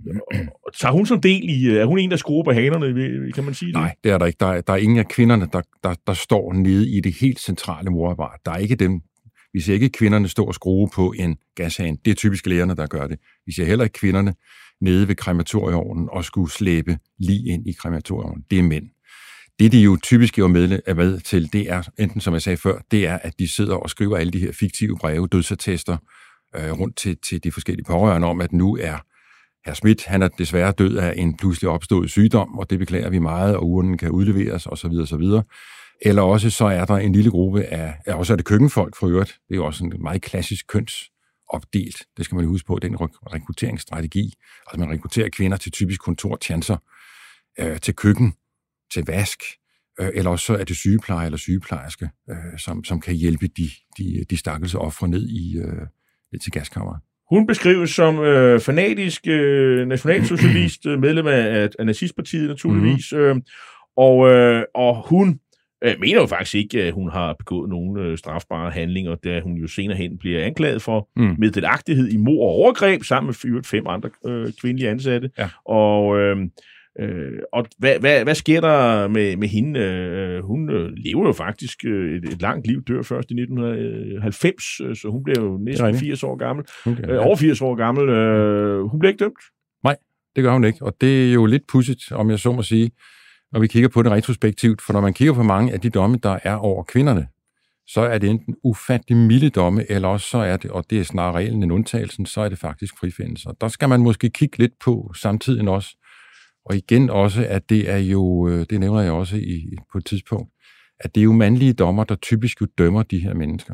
tager hun som del i... Er hun en, der skruer på hanerne, kan man sige det? Nej, det er der ikke. Der er, der er ingen af kvinderne, der, der, der står nede i det helt centrale mordarbejde. Der er ikke dem... Vi ser ikke kvinderne stå og skrue på en gashane. Det er typisk lægerne, der gør det. Vi ser heller ikke kvinderne nede ved krematorieovnen og skulle slæbe lige ind i krematorieovnen. Det er mænd. Det, de jo typisk er med, er med til, det er, enten som jeg sagde før, det er, at de sidder og skriver alle de her fiktive breve, dødsattester, øh, rundt til, til de forskellige pårørende om, at nu er herr Schmidt, han er desværre død af en pludselig opstået sygdom, og det beklager vi meget, og urnen kan udleveres, osv. osv. Eller også så er der en lille gruppe af, ja, også er det køkkenfolk for øvrigt. Det er jo også en meget klassisk kønsopdelt. Det skal man jo huske på, den rekrutteringsstrategi. Altså man rekrutterer kvinder til typisk kontortjanser, øh, til køkken, til vask, øh, eller også så er det sygepleje eller sygeplejerske, øh, som, som kan hjælpe de, de, de stakkels ofre ned i øh, til gaskammeret. Hun beskrives som øh, fanatisk øh, nationalsocialist, medlem af, af nazistpartiet naturligvis, mm-hmm. øh, og, øh, og hun Jeg mener jo faktisk ikke, at hun har begået nogen øh, strafbare handlinger, da hun jo senere hen bliver anklaget for mm. meddelagtighed i mord og overgreb, sammen med fem andre øh, kvindelige ansatte. Ja. Og, øh, øh, og hvad, hvad, hvad sker der med, med hende? Øh, hun øh, lever jo faktisk øh, et, et langt liv, dør først i nitten halvfems, øh, så hun bliver jo næsten firs år gammel. Okay, øh, over firs år gammel. Øh, hun bliver ikke dømt? Nej, det gør hun ikke, og det er jo lidt pudsigt, om jeg så må sige, når vi kigger på det retrospektivt, for når man kigger på mange af de domme, der er over kvinderne, så er det enten ufattelig milde domme, eller også så er det, og det er snarere reglen end undtagelsen, så er det faktisk frifindelser. Der skal man måske kigge lidt på samtidig også, og igen også, at det er jo, det nævner jeg også i, på et tidspunkt, at det er jo mandlige dommer, der typisk jo dømmer de her mennesker.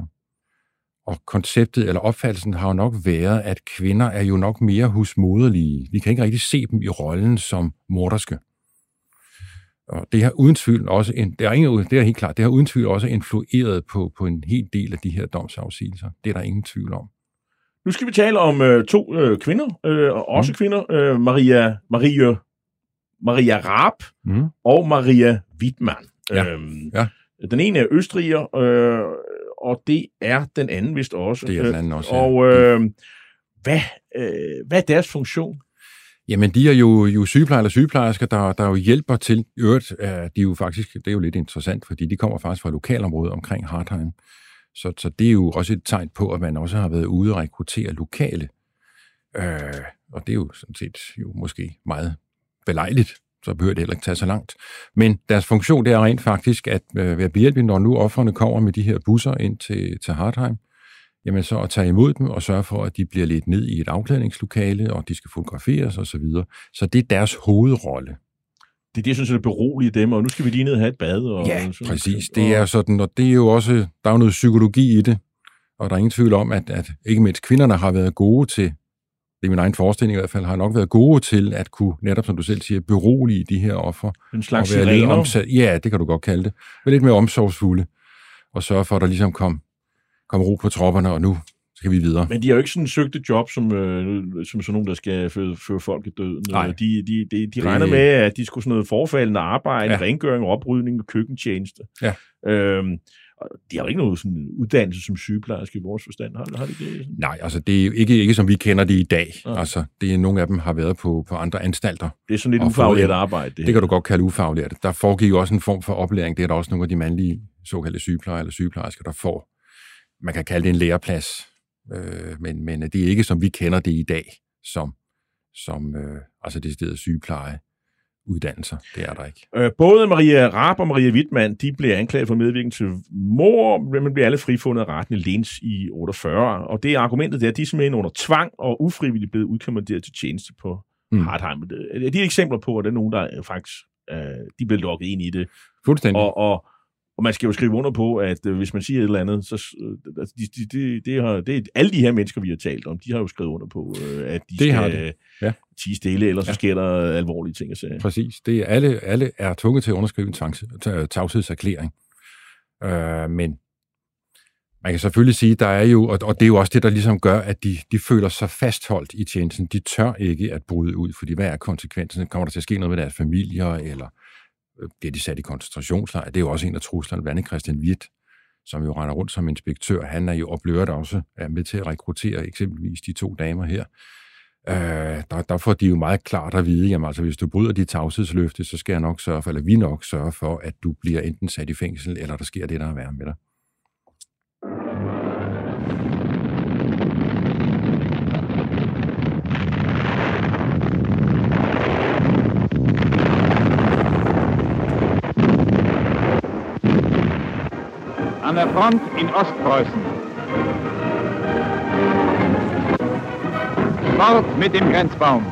Og konceptet eller opfattelsen har jo nok været, at kvinder er jo nok mere husmoderlige. Vi kan ikke rigtig se dem i rollen som morderske. Og det har uden tvivl også, en, det, er ingen, det er helt klart, det har uden tvivl også influeret på, på en hel del af de her domsafsigelser. Det er der ingen tvivl om. Nu skal vi tale om øh, to øh, kvinder, øh, og også mm. kvinder, øh, Maria, Maria, Maria Raab mm. og Maria Wittmann. Ja. Øhm, ja. Den ene er østriger, øh, og det er den anden vist også. Det er den anden også, ja. Og øh, hvad, øh, hvad er deres funktion? Jamen, de er jo, jo sygeplejer eller sygeplejersker, der, der jo hjælper til. I øvrigt, de er jo faktisk, det er jo lidt interessant, fordi de kommer faktisk fra lokalområdet omkring Hartheim. Så, så det er jo også et tegn på, at man også har været ude og rekruttere lokale. Øh, og det er jo sådan set jo måske meget belejligt, så behøver det heller ikke tage så langt. Men deres funktion, det er rent faktisk at øh, være behjælpelig, når nu offerne kommer med de her busser ind til, til Hartheim, jamen så at tage imod dem og sørge for, at de bliver ledt ned i et afklædningslokale, og de skal fotograferes osv. Så, videre. Så det er deres hovedrolle. Det er det, jeg synes, er beroliger dem, og nu skal vi lige ned og have et bad. Og, ja, og sådan, præcis. Det er sådan, og det er jo også, der er jo noget psykologi i det, og der er ingen tvivl om, at, at ikke mindst kvinderne har været gode til, det er min egen forestilling i hvert fald, har nok været gode til at kunne, netop som du selv siger, berolige de her offer. En slags sirener? Omsat, ja, det kan du godt kalde det. Være lidt mere omsorgsfulde, og sørge for, at der ligesom kom, kom ro på tropperne, og nu skal vi videre. Men de har jo ikke sådan søgt et job, som, øh, som sådan nogen, der skal føre, føre folk i døden. Nej. De, de, de, de regner det... med, at de skulle sådan noget forfaldende arbejde, ja. rengøring, oprydning og køkkentjeneste. Ja. Øhm, de har jo ikke noget sådan uddannelse som sygeplejerske i vores forstand. Har, har de det? Nej, altså det er jo ikke, ikke som vi kender det i dag. Ja. Altså, det er nogle af dem har været på, på andre anstalter. Det er sådan lidt ufaglært arbejde. Det, det kan du godt kalde ufaglært. Der foregik jo også en form for oplæring. Det er der også nogle af de mandlige såkaldte sygeplejer eller sygeplejersker, der får. Man kan kalde det en læreplads. Øh, men, men det er ikke, som vi kender det i dag, som, som øh, altså det stedet sygepleje. Uddannelser, det er der ikke. Øh, både Maria Raab og Maria Wittmann, de blev anklaget for medvirken til mord, men bliver alle frifundet af retten i Linz i otteogfyrre. Og det argumentet der, de er simpelthen under tvang og ufrivilligt blevet udkommanderet til tjeneste på mm. Hartheim. De er eksempler på, at der er nogen, der faktisk øh, de blev lukket ind i det. Fuldstændig. Og, og, og man skal jo skrive under på, at øh, hvis man siger et eller andet, så øh, de, de, de, de har, det er alle de her mennesker, vi har talt om, de har jo skrevet under på, øh, at de det skal ja. tie stille, ellers ja. så sker der alvorlige ting. Så. Præcis. Det er alle, alle er tvunget til at underskrive en tavshedserklæring. Øh, men man kan selvfølgelig sige, der er jo, og, og det er jo også det, der ligesom gør, at de, de føler sig fastholdt i tjenesten. De tør ikke at bryde ud, fordi hvad er konsekvensen? Kommer der til at ske noget med deres familier, eller bliver de sat i koncentrationslejr? Det er jo også en af truslerne, blandt andet Christian Wirth, som jo render rundt som inspektør. Han er jo oplevet også er med til at rekruttere eksempelvis de to damer her. Øh, der, der får de jo meget klart at vide, jamen altså hvis du bryder dit tavshedsløfte, så skal jeg nok sørge for, eller vi nok sørge for, at du bliver enten sat i fængsel, eller der sker det, der er værre med dig. An der Front in Ostpreußen. Fort mit dem Grenzbaum.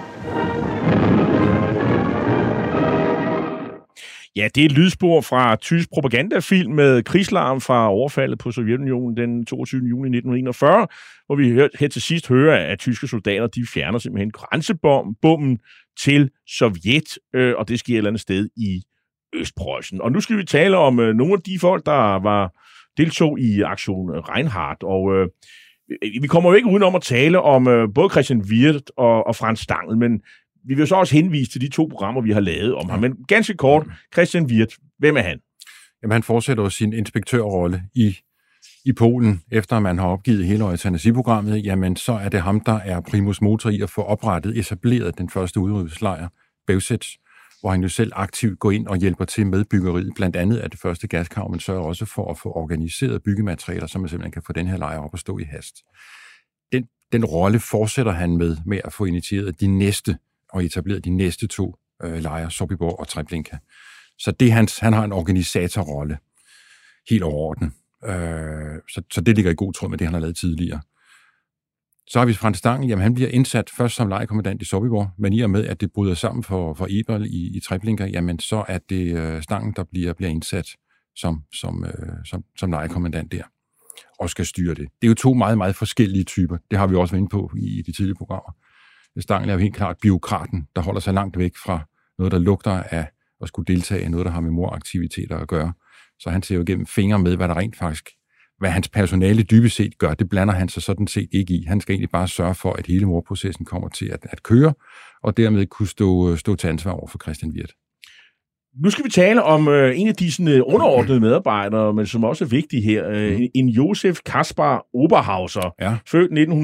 Ja, det er et lydspor fra tysk propagandafilm med krigslarm fra overfaldet på Sovjetunionen den toogtyvende juni nitten enogfyrre, hvor vi her til sidst hører, at tyske soldater de fjerner simpelthen grænsebommen til Sovjet, og det sker et eller andet sted i Østpreussen. Og nu skal vi tale om nogle af de folk, der var deltog i aktion Reinhardt, og øh, vi kommer jo ikke udenom at tale om øh, både Christian Wirth og, og Franz Stangl, men vi vil så også henvise til de to programmer, vi har lavet om ham. Men ganske kort, Christian Wirth, hvem er han? Jamen, han fortsætter sin inspektørrolle i, i Polen, efter man har opgivet hele eutanasiprogrammet. Jamen, så er det ham, der er primus motor i at få oprettet, etableret den første udryddelseslejr, Bausetz, hvor han jo selv aktivt går ind og hjælper til med byggeriet. Blandt andet af det første gaskav, men sørger også for at få organiseret byggematerialer, så man simpelthen kan få den her lejr op og stå i hast. Den, den rolle fortsætter han med, med at få initieret de næste og etableret de næste to øh, lejre, Sobibor og Treblinka. Så det hans, han har en organisatorrolle helt overordnet. Øh, så, så det ligger i god tråd med det, han har lavet tidligere. Så har vi Franz Stangl, jamen han bliver indsat først som lejrkommandant i Sobibor, men i og med, at det bryder sammen for, for Eberl i, i Treblinka, jamen så er det øh, Stangl, der bliver, bliver indsat som, som, øh, som, som lejrkommandant der, og skal styre det. Det er jo to meget, meget forskellige typer. Det har vi også været inde på i, i de tidlige programmer. Stangl er jo helt klart bureaukraten, der holder sig langt væk fra noget, der lugter af at skulle deltage i noget, der har med moraktiviteter at gøre. Så han ser jo gennem fingre med, hvad der rent faktisk, hvad hans personale dybest set gør, det blander han sig sådan set ikke i. Han skal egentlig bare sørge for, at hele morprocessen kommer til at, at køre, og dermed kunne stå, stå til ansvar over for Christian Wirth. Nu skal vi tale om øh, en af de sådan, underordnede medarbejdere, men som også er vigtig her. Øh, mm. En Josef Kaspar Oberhauser, ja. Født nitten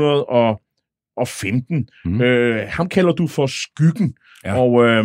femten. Mm. Øh, ham kalder du for Skyggen. Ja. Og øh,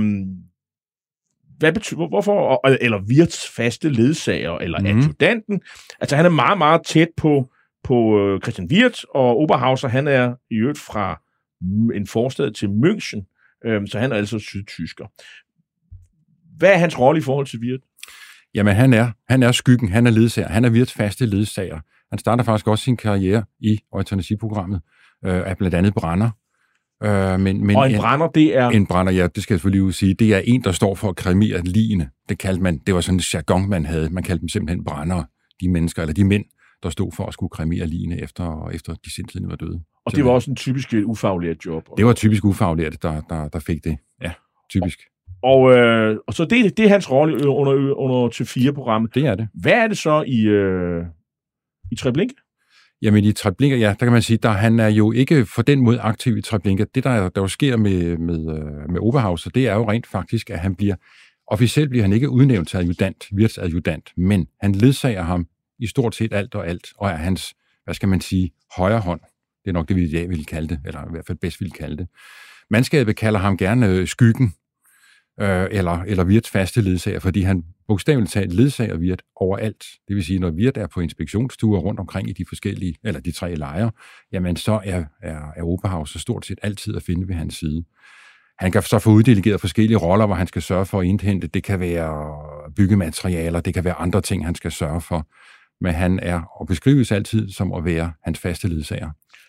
hvad betyder, hvorfor, eller Wirths faste ledsager, eller mm. adjutanten. Altså han er meget, meget tæt på, på Christian Wirth, og Oberhauser, han er i øvrigt fra en forstad til München, øh, så han er altså sydtysker. Hvad er hans rolle i forhold til Wirth? Jamen, han er, han er Skyggen, han er ledsager, han er Wirths faste ledsager. Han starter faktisk også sin karriere i eutanasiprogrammet, øh, af blandt andet brænder. Øh, men, men og en, en brænder, det er... En brænder, ja, det skal jeg selvfølgelig jo sige, det er en, der står for at kremere ligene. Det kaldte man, det var sådan en jargon, man havde. Man kaldte dem simpelthen brændere, de mennesker, eller de mænd, der stod for at skulle kremere ligene, efter, efter de sindssyge var døde. Og det var også en typisk ufaglært job? Det var typisk ufaglært, der, der, der fik det. Ja, typisk. Og, øh, og så det, det er hans rolle under, under T fire-programmet. Det er det. Hvad er det så i, øh, i Treblinka? Jamen i Treblinka, ja, der kan man sige, at han er jo ikke for den måde aktiv i Treblinka. Det, der, der jo sker med, med, med Oberhauser, det er jo rent faktisk, at han bliver, officielt bliver han ikke udnævnt til adjutant, Wirths adjutant, men han ledsager ham i stort set alt og alt, og er hans, hvad skal man sige, højre hånd. Det er nok det, vi i dag ville kalde det, eller i hvert fald bedst ville kalde det. Mandskabet kalder ham gerne øh, Skyggen, øh, eller, eller Wirths faste ledsager, fordi han bogstaveligt talt ledsager Wirth overalt. Det vil sige, når Wirth er på inspektionsture rundt omkring i de forskellige, eller de tre lejre, jamen så er, er, er Oberhauser stort set altid at finde ved hans side. Han kan så få uddelegeret forskellige roller, hvor han skal sørge for at indhente. Det kan være byggematerialer, det kan være andre ting, han skal sørge for. Men han er, og beskrives altid som at være hans faste ledsager.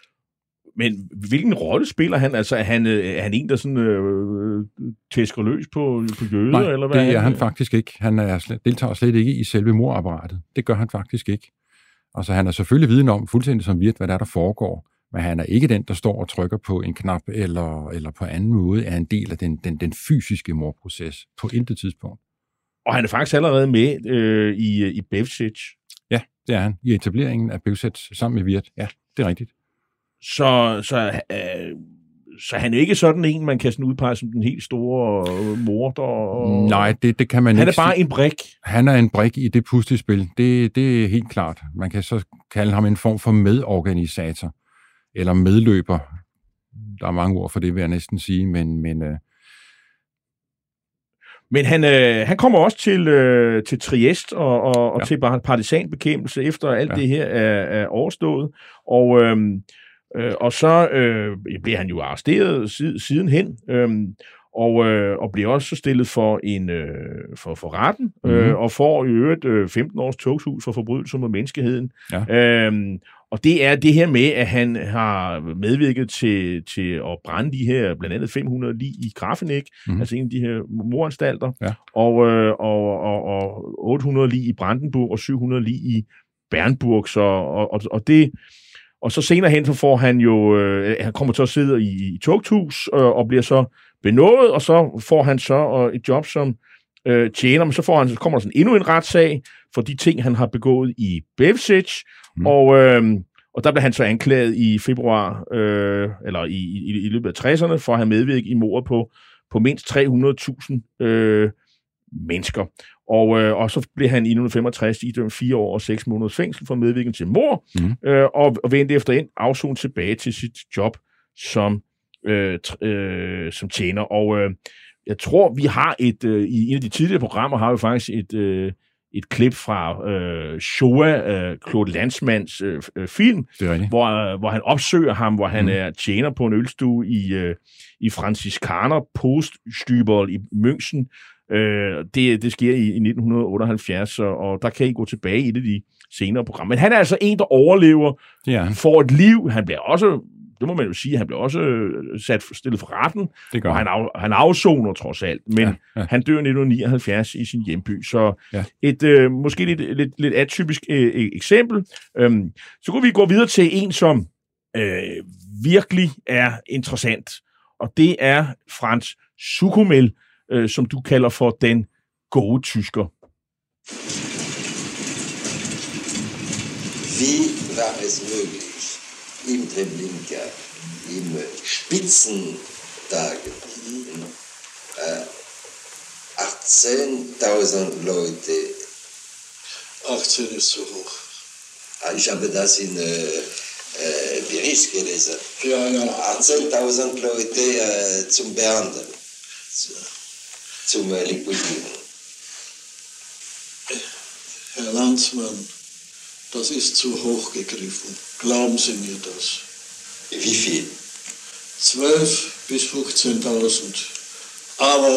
Men hvilken rolle spiller han? Altså, er han, er han en, der sådan, øh, tæsker løs på, på jøder? Nej, eller hvad det er han, han faktisk ikke. Han er slet, deltager slet ikke i selve mordapparatet. Det gør han faktisk ikke. Altså, han er selvfølgelig viden om, fuldstændig som Wirth, hvad der, der foregår. Men han er ikke den, der står og trykker på en knap, eller, eller på anden måde er en del af den, den, den fysiske mordproces på intet tidspunkt. Og han er faktisk allerede med øh, i, i Bevsich. Ja, det er han. I etableringen af Bevsich sammen med Wirth. Ja, det er rigtigt. Så, så, øh, så han er ikke sådan en, man kan sådan udpege som den helt store morder? Og... Nej, det, det kan man han ikke. Han er bare en brik? Han er en brik i det puslespil. Det, det er helt klart. Man kan så kalde ham en form for medorganisator, eller medløber. Der er mange ord for det, vil jeg næsten sige, men... men øh... Men han, øh, han kommer også til, øh, til Trieste og, og, og ja. til partisanbekæmpelse, efter alt ja. det her er, er overstået. Og... Øh, Øh, og så øh, bliver han jo arresteret siden, sidenhen, øh, og, øh, og bliver også stillet for en øh, for, for retten, øh, mm-hmm. og får i øvrigt øh, femten års tugthus for forbrydelser mod menneskeheden. Ja. Øh, og det er det her med, at han har medvirket til, til at brænde de her, blandt andet fem hundrede lig i Grafeneck, mm-hmm. altså en af de her moranstalter, ja. og, øh, og, og, og otte hundrede lig i Brandenburg og syv hundrede lig i Bernburg, så, og, og, og det... Og så senere hen, så får han jo, øh, han kommer til at sidde i, i tugthus øh, og bliver så benådet, og så får han så øh, et job som øh, tjener, men så, får han, så kommer der sådan endnu en retssag for de ting, han har begået i Bevsich, mm. og, øh, og der bliver han så anklaget i februar, øh, eller i, i, i løbet af tresserne, for at have medvirket i mordet på, på mindst tre hundrede tusind øh, mennesker. Og, øh, og så blev han i nitten femogtres idømt fire år og seks måneders fængsel for medvirken til mord, mm. øh, og, og vendte efter en afson tilbage til sit job som, øh, t- øh, som tjener. Og øh, jeg tror, vi har et, øh, i en af de tidligere programmer, har vi faktisk et, øh, et klip fra øh, Shoah, øh, Claude Lanzmanns øh, film, hvor, øh, hvor han opsøger ham, hvor han mm. er tjener på en ølstue i, øh, i Franziskaner Poststüberl i München. Øh, det, det sker i, i nitten otteoghalvfjerds, og, og der kan I gå tilbage i det de senere programmer. Men han er altså en, der overlever, ja. får et liv. Han bliver også, det må man jo sige, han bliver også sat stillet for retten, og han, af, han afsoner trods alt, men ja, ja. han dør i nitten nioghalvfjerds i sin hjemby. Så ja. et øh, måske lidt, lidt, lidt atypisk øh, eksempel. Øhm, så kunne vi gå videre til en, som øh, virkelig er interessant, og det er Franz Suchomel, som du kalder for den gode tysker. Wie war es möglich, im Treblinka, im Spitzentage, äh, achtzehntausend Leute. achtzehn ist zu hoch. Ich habe das in äh, äh, Bericht gelesen. Ja, ja. achtzehntausend Leute äh, zum Behandeln, zu, zum äh, Liquidieren. Herr Landsmann, das ist zu hoch gegriffen. Glauben Sie mir das? Wie viel? zwölf bis fünfzehntausend. Aber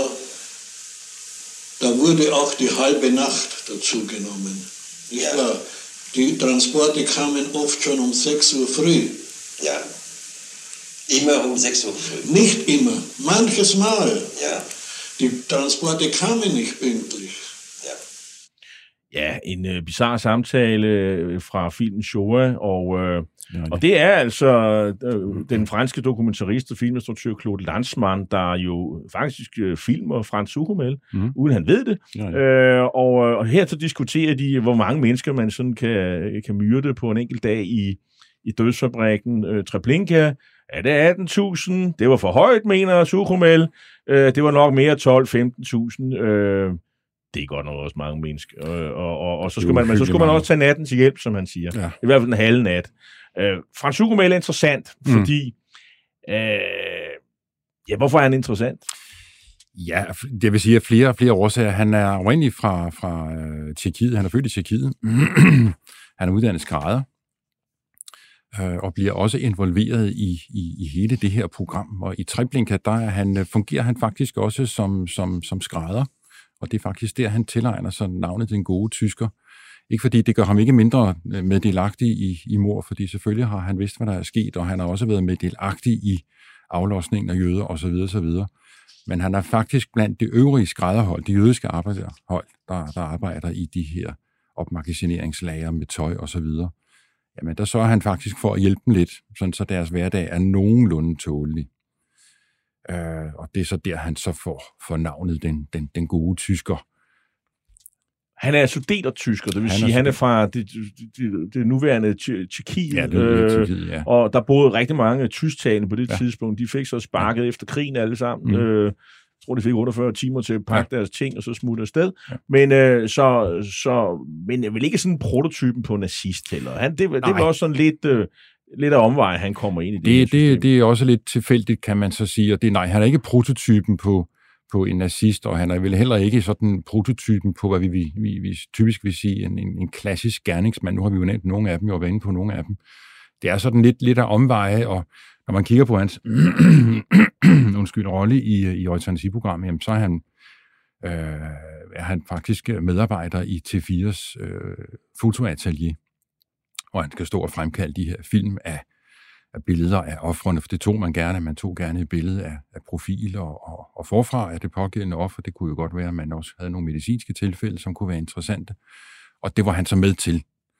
da wurde auch die halbe Nacht dazu genommen. Nicht Ja. wahr? Die Transporte kamen oft schon um sechs Uhr früh. Ja. Immer um sechs Uhr früh. Nicht immer, manches Mal. Ja. Die Transporte kamen nicht pünktlich. Ja. Ja, en øh, bizarre samtale øh, fra filmen Shoah, og, øh, Ja, og det er altså øh, den franske dokumentarist og filminstruktør Claude Lanzmann, der jo faktisk øh, filmer Franz Suchomel, Mhm. uden han ved det. Ja, ja. Øh, og, og her så diskuterer de, hvor mange mennesker man sådan kan, kan myrde på en enkelt dag i, i dødsfabrikken øh, Treblinka. Er det atten tusind? Det var for højt, mener Suchomel. Øh, det var nok mere tolv til femten tusind. Øh, det er godt nok også mange mennesker. Øh, og, og, og så skulle man, men så skulle man også tage natten til hjælp, som han siger. Ja. I hvert fald en halv nat. Øh, Franz Suchomel er interessant, Mm. fordi... Øh, ja, hvorfor er han interessant? Ja, det vil sige, at flere og flere årsager. Han er oprindeligt fra, fra øh, Tjekkiet. Han er født i Tjekkiet. Han er uddannet skrædder. Øh, og bliver også involveret i, i, i hele det her program. Og i Treblinka, der er han, fungerer han faktisk også som, som, som skrædder. Og det er faktisk der, han tilegner sig navnet Den Gode Tysker. Ikke fordi det gør ham ikke mindre meddelagtig i, i mord, fordi selvfølgelig har han vidst, hvad der er sket, og han har også været meddelagtig i aflosningen af jøder osv. osv. Men han er faktisk blandt det øvrige skrædderhold, de jødiske arbejderhold, der, der arbejder i de her opmagasineringslager med tøj osv. Jamen, der sørger han faktisk for at hjælpe dem lidt, sådan så deres hverdag er nogenlunde tålelig. Øh, og det er så der, han så får, får navnet den, den, den Gode Tysker. Han er sudetertysker, det vil Han er sige, han er sudeter. fra det, det, det nuværende Tje- Tjekkiet, Ja, det er øh, Tjekkiet, ja. og der boede rigtig mange tysktalende på det Ja. tidspunkt. De fik så sparket ja. efter krigen alle sammen. Mm. Øh, jeg tror, de fik otteogfyrre timer til at pakke ja. deres ting, og så smutte afsted. Ja. Men, øh, så, så, men jeg vil ikke sådan prototypen på nazist heller. Han, det, det var Nej. også sådan lidt, øh, lidt af omvej, han kommer ind i det, Det, det, det, det er også lidt tilfældigt, kan man så sige. Og det, nej, han er ikke prototypen på, på en nazist, og han er vel heller ikke sådan prototypen på, hvad vi, vi, vi, vi typisk vil sige, en, en, en klassisk gerningsmand. Nu har vi jo nævnt nogle af dem, og været inde på nogle af dem. Det er sådan lidt, lidt af omveje, og når man kigger på hans undskyld, rolle i, i eutanasiprogrammet, jamen, så er han, øh, er han faktisk medarbejder i T fires øh, fotoatelier, hvor han skal stå og fremkalde de her film af, af billeder af ofrene, for det tog man gerne. Man tog gerne et billede af, af profiler og, og, og forfra af det pågældende offer. Det kunne jo godt være, at man også havde nogle medicinske tilfælde, som kunne være interessante. Og det var han så med til,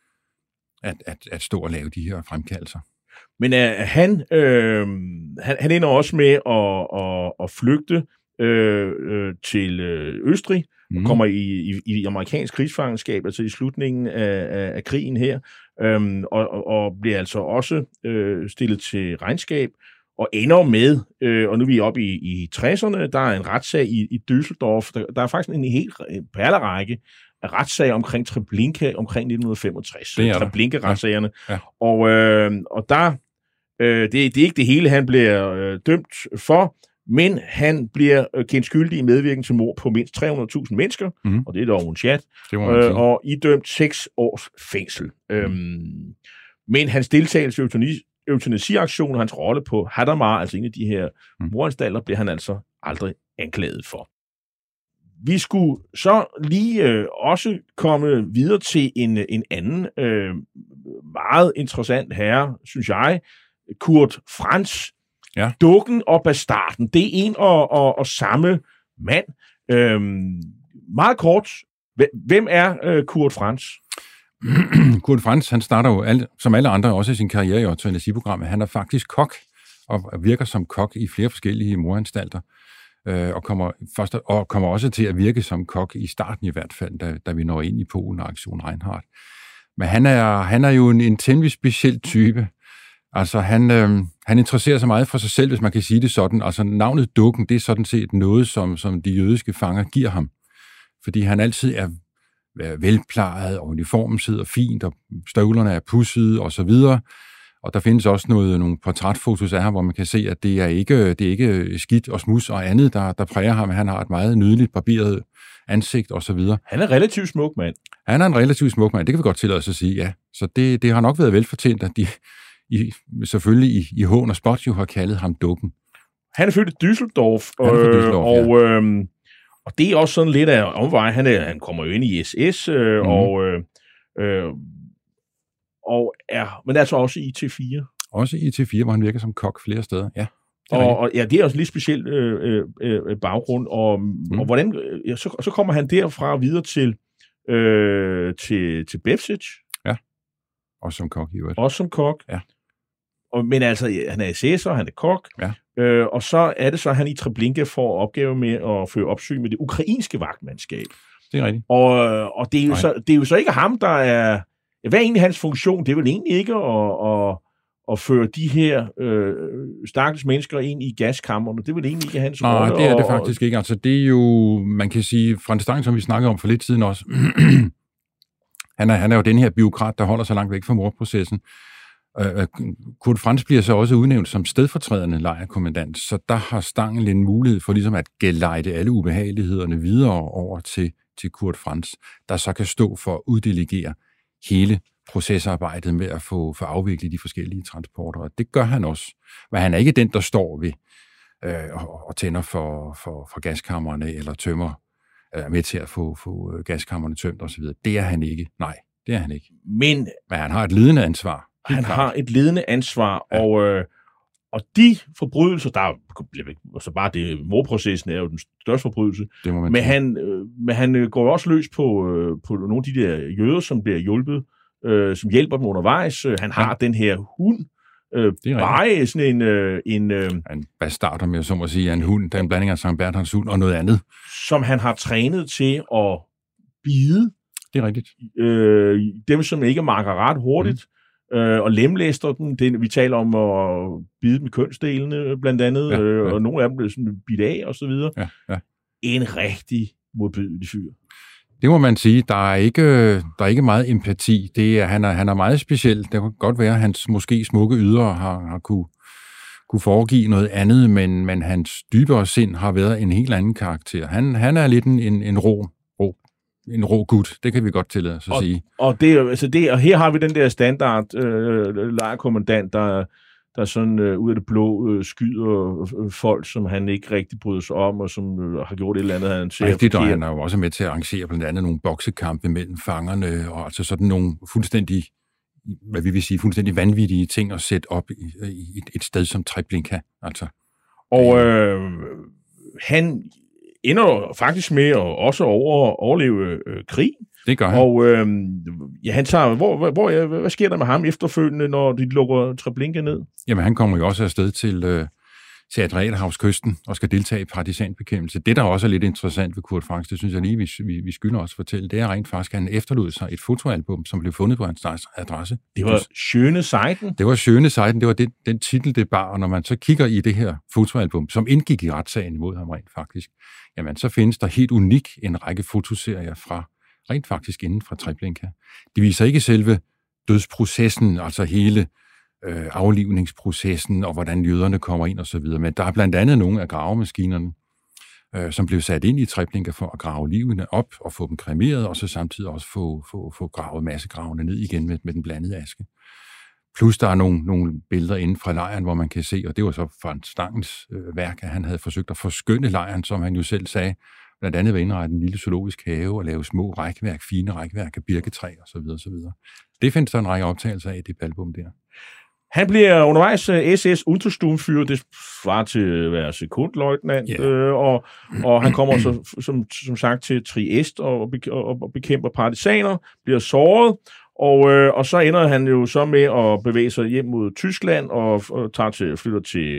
at, at, at stå og lave de her fremkaldelser. Men uh, han, øh, han, han ender også med at, at, at flygte øh, øh, til øh, Østrig, mm. og kommer i, i, i amerikansk krigsfangenskab, altså i slutningen af, af, af krigen her, øhm, og, og, og bliver altså også øh, stillet til regnskab, og ender med, øh, og nu er vi oppe i, i tresserne, der er en retssag i, i Düsseldorf, der, der er faktisk en helt perlerække af retssager omkring Treblinka omkring nitten femogtres. Det er der. Treblinka-retssagerne. Ja. Ja. Og, øh, og der, øh, det, det er ikke det hele, han bliver øh, dømt for, men han bliver øh, kendt skyldig i medvirken til mord på mindst tre hundrede tusind mennesker, mm. og det er dog en chat, øh, og idømt seks års fængsel. Mm. Øhm, men hans deltagelse i eutanasi- eutanasiaktionen og hans rolle på Hadamar, altså en af de her mm. moranstalter, bliver han altså aldrig anklaget for. Vi skulle så lige øh, også komme videre til en, en anden øh, meget interessant herre, synes jeg, Kurt Franz. Ja. Dukken og bastarden, det er en og, og, og samme mand. Øhm, meget kort, hvem er øh, Kurt Franz? Kurt Franz, han starter jo alle, som alle andre også i sin karriere i eutanasiprogrammet. Han er faktisk kok, og virker som kok i flere forskellige moranstalter. øh, og, kommer først, og kommer også til at virke som kok i starten i hvert fald, da, da vi når ind i Polen og Aktion Reinhardt. Men han er, han er jo en, en temmelig speciel type. Altså, han, øh, han interesserer sig meget for sig selv, hvis man kan sige det sådan. Altså, navnet Dukken, det er sådan set noget, som, som de jødiske fanger giver ham. Fordi han altid er, er velplejet, og uniformen sidder fint, og støvlerne er pudsede, og så videre. Og der findes også noget, nogle portrætfotos af ham, hvor man kan se, at det er ikke, det er ikke skidt og smuds og andet, der, der præger ham. Han har et meget nydeligt barberet ansigt, og så videre. Han er en relativt smuk mand. Han er en relativt smuk mand, det kan vi godt tillade os at sige, ja. Så det, det har nok været velfortjent, at de i, selvfølgelig i, i hån og spot jo har kaldet ham Dukken. Han er født i Düsseldorf, han er født i Düsseldorf, og, ja. øh, og det er også sådan lidt af omvej. Han, er, han kommer jo ind i S S, øh, mm. og, øh, øh, og er, men altså også i T fire. Også i T fire, hvor han virker som kok flere steder, ja. Og, og ja, det er også lidt specielt øh, øh, baggrund, og, mm. og hvordan, ja, så, så kommer han derfra videre til, øh, til, til Befsic. Ja, også som kok i øvrigt. Også som kok. Ja. Og, men altså, han er S S'er, han er kok, ja. øh, og så er det så, at han i Treblinka får opgave med at føre opsyn med det ukrainske vagtmandskab. Det er rigtigt. Og, og det, er jo så, det er jo så ikke ham, der er... Hvad er egentlig hans funktion? Det er vel egentlig ikke at, at, at føre de her øh, stakkels mennesker ind i gaskammerne. Det er vel egentlig ikke hans rolle. Nej, det er det faktisk ikke. Altså, det er jo, man kan sige, Frans Stang, som vi snakkede om for lidt siden også, han, er, han er jo den her bureaukrat, der holder sig langt væk fra mordprocessen. Øh, Kurt Franz bliver så også udnævnt som stedfortrædende lejrkommandant, så der har Stangl en mulighed for ligesom at gelejte alle ubehagelighederne videre over til, til Kurt Franz, der så kan stå for at uddelegere hele procesarbejdet med at få, få afviklet de forskellige transporter, og det gør han også. Men han er ikke den, der står ved øh, og, og tænder for, for, for gaskammerne eller tømmer, er med til at få, få gaskammerne tømt osv. Det er han ikke. Nej, det er han ikke. Men, Men han har et ledende ansvar. Han klart. har et ledende ansvar, ja. og, øh, og de forbrydelser, der er altså bare det, mordprocessen er jo den største forbrydelse, det må man men, han, øh, men han går også løs på, øh, på nogle af de der jøder, som bliver hjulpet, øh, som hjælper dem undervejs. Han har ja. den her hund, øh, bare sådan en... Øh, en, øh, en bastard, om jeg så må sige, en hund, der er en blanding af Sankt Bernhards hund og noget andet. Som han har trænet til at bide. Det er rigtigt. Øh, dem, som ikke marker ret hurtigt. Mm. Øh, og lemlæster dem. Det, vi taler om at bide dem i kønsdelene, blandt andet, ja, ja. Øh, og nogle af dem bliver sådan bidt af, og så videre. Ja, ja. En rigtig modbydelig fyr. Det må man sige. Der er ikke, der er ikke meget empati. Det er, han, er, han er meget speciel. Det kan godt være, at hans måske smukke ydre har, har kunne, kunne foregive noget andet, men, men hans dybere sind har været en helt anden karakter. Han, han er lidt en, en, en rå, rå En rå gut, det kan vi godt tillade os at og, sige. Og, det, altså det, og her har vi den der standard øh, lejrkommandant, der, der sådan øh, ud af det blå øh, skyder øh, folk, som han ikke rigtig bryder sig om, og som øh, har gjort et eller andet, han ser rigtigt, og han er jo også med til at arrangere blandt andet nogle boksekampe mellem fangerne, og altså sådan nogle fuldstændig, hvad vi vil sige, fuldstændig vanvittige ting at sætte op i, i et sted som Treblinka. Altså. Og øh, han ender faktisk med at også over, overleve øh, krig. Det gør han. Og øh, ja, han tager, hvor, hvor, ja, hvad sker der med ham efterfølgende, når de lukker Treblinka ned? Jamen, han kommer jo også afsted til, øh, til Adriaterhavskysten og skal deltage i partisanbekæmpelse. Det, der også er lidt interessant ved Kurt Franz, det synes jeg lige, vi, vi, vi skylder også fortælle, det er rent faktisk, at han efterlod sig et fotoalbum, som blev fundet på hans adresse. Det var Schöne Zeiten? Det var Schöne Zeiten, det var det, den titel, det bar, og når man så kigger i det her fotoalbum, som indgik i retssagen imod ham rent faktisk, jamen, så findes der helt unik en række fotoserier fra rent faktisk inden fra Treblinka. De viser ikke selve dødsprocessen, altså hele øh, aflivningsprocessen, og hvordan jøderne kommer ind og så videre, men der er blandt andet nogle af gravemaskinerne, øh, som blev sat ind i Treblinka for at grave livene op og få dem kremeret, og så samtidig også få, få, få gravet massegravene ned igen med, med den blandede aske. Plus der er nogle, nogle billeder inden fra lejren, hvor man kan se, og det var så fra Stangens øh, værk, at han havde forsøgt at forskønne lejren, som han jo selv sagde, blandt andet ved at indrette en lille zoologisk have og lave små rækværk, fine rækværk af birketræ osv. osv. Det findes der en række optagelser af i det album der. Han bliver undervejs S S Untersturmführer, det svarer til at være sekundløjtnant, yeah. øh, og, og han kommer så, som, som sagt til Trieste og, og, og bekæmper partisaner, bliver såret, og, øh, og så ender han jo så med at bevæge sig hjem mod Tyskland og, og tager til, flytter til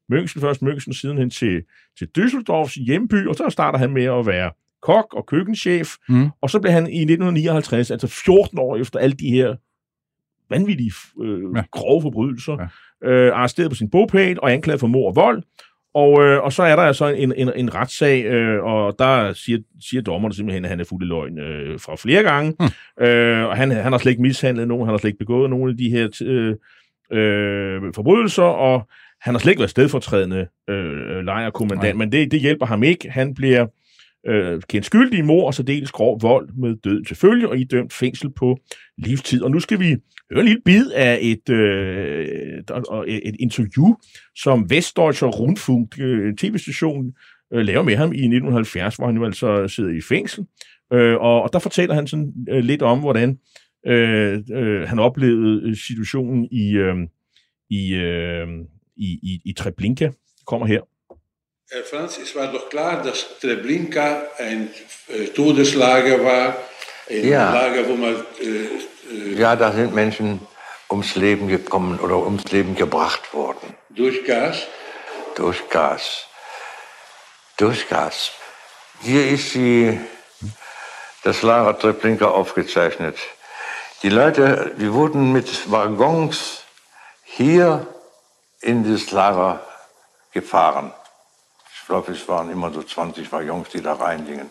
München, først München, siden hen til, til Düsseldorfs hjemby, og så starter han med at være kok og køkkenchef, mm. og så blev han i nitten nioghalvtreds, altså fjorten år efter alle de her vanvittige, øh, ja. grove forbrydelser, ja. øh, arresteret på sin bopæl og anklaget for mord og vold. Og, øh, og så er der altså en, en, en retssag, øh, og der siger, siger dommerne simpelthen, at han er fuld af løgn øh, fra flere gange. Mm. Øh, og han, han har slet ikke mishandlet nogen, han har slet ikke begået nogen af de her øh, øh, forbrydelser, og han har slet ikke været stedfortrædende øh, lejrkommandant, men det, det hjælper ham ikke. Han bliver øh, kendt skyldig i mord og så dels grov vold med død til følge, og idømt fængsel på livstid. Og nu skal vi høre en lille bid af et, øh, et interview, som Westdeutscher Rundfunk, øh, tv-station, øh, laver med ham i nitten halvfjerds, hvor han nu altså sidder i fængsel. Øh, og, og der fortæller han sådan øh, lidt om, hvordan øh, øh, han oplevede situationen i, øh, i, øh, i, i, i Treblinka. Kommer her. Herr Franz, es war doch klar, dass Treblinka ein äh, Todeslager war, ein ja. Lager, wo man... Äh, äh, ja, da sind Menschen ums Leben gekommen oder ums Leben gebracht worden. Durch Gas? Durch Gas. Durch Gas. Hier ist die, das Lager Treblinka aufgezeichnet. Die Leute, die wurden mit Waggons hier in das Lager gefahren. Ich glaube, es waren immer so zwanzig Waggons, die da reingingen.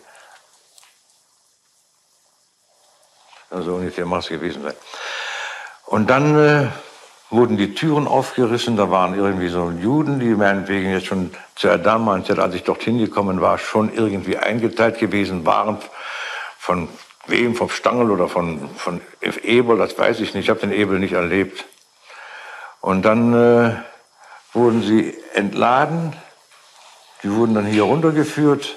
Also ungefähr muss es gewesen sein. Und dann äh, wurden die Türen aufgerissen, da waren irgendwie so Juden, die meinetwegen jetzt schon zu der damaligen Zeit, als ich dorthin gekommen war, schon irgendwie eingeteilt gewesen waren. Von wem, vom Stangl oder von, von Ebel, das weiß ich nicht, ich habe den Ebel nicht erlebt. Und dann äh, wurden sie entladen. Die wurden dann hier runtergeführt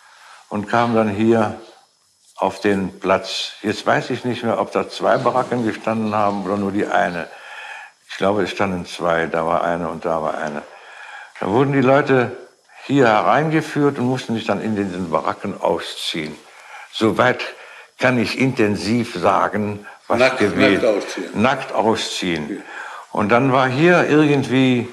und kamen dann hier auf den Platz. Jetzt weiß ich nicht mehr, ob da zwei Baracken gestanden haben oder nur die eine. Ich glaube, es standen zwei. Da war eine und da war eine. Da wurden die Leute hier hereingeführt und mussten sich dann in den Baracken ausziehen. Soweit kann ich intensiv sagen, was nackt, gewesen. Nackt ausziehen. Nackt ausziehen. Und dann war hier irgendwie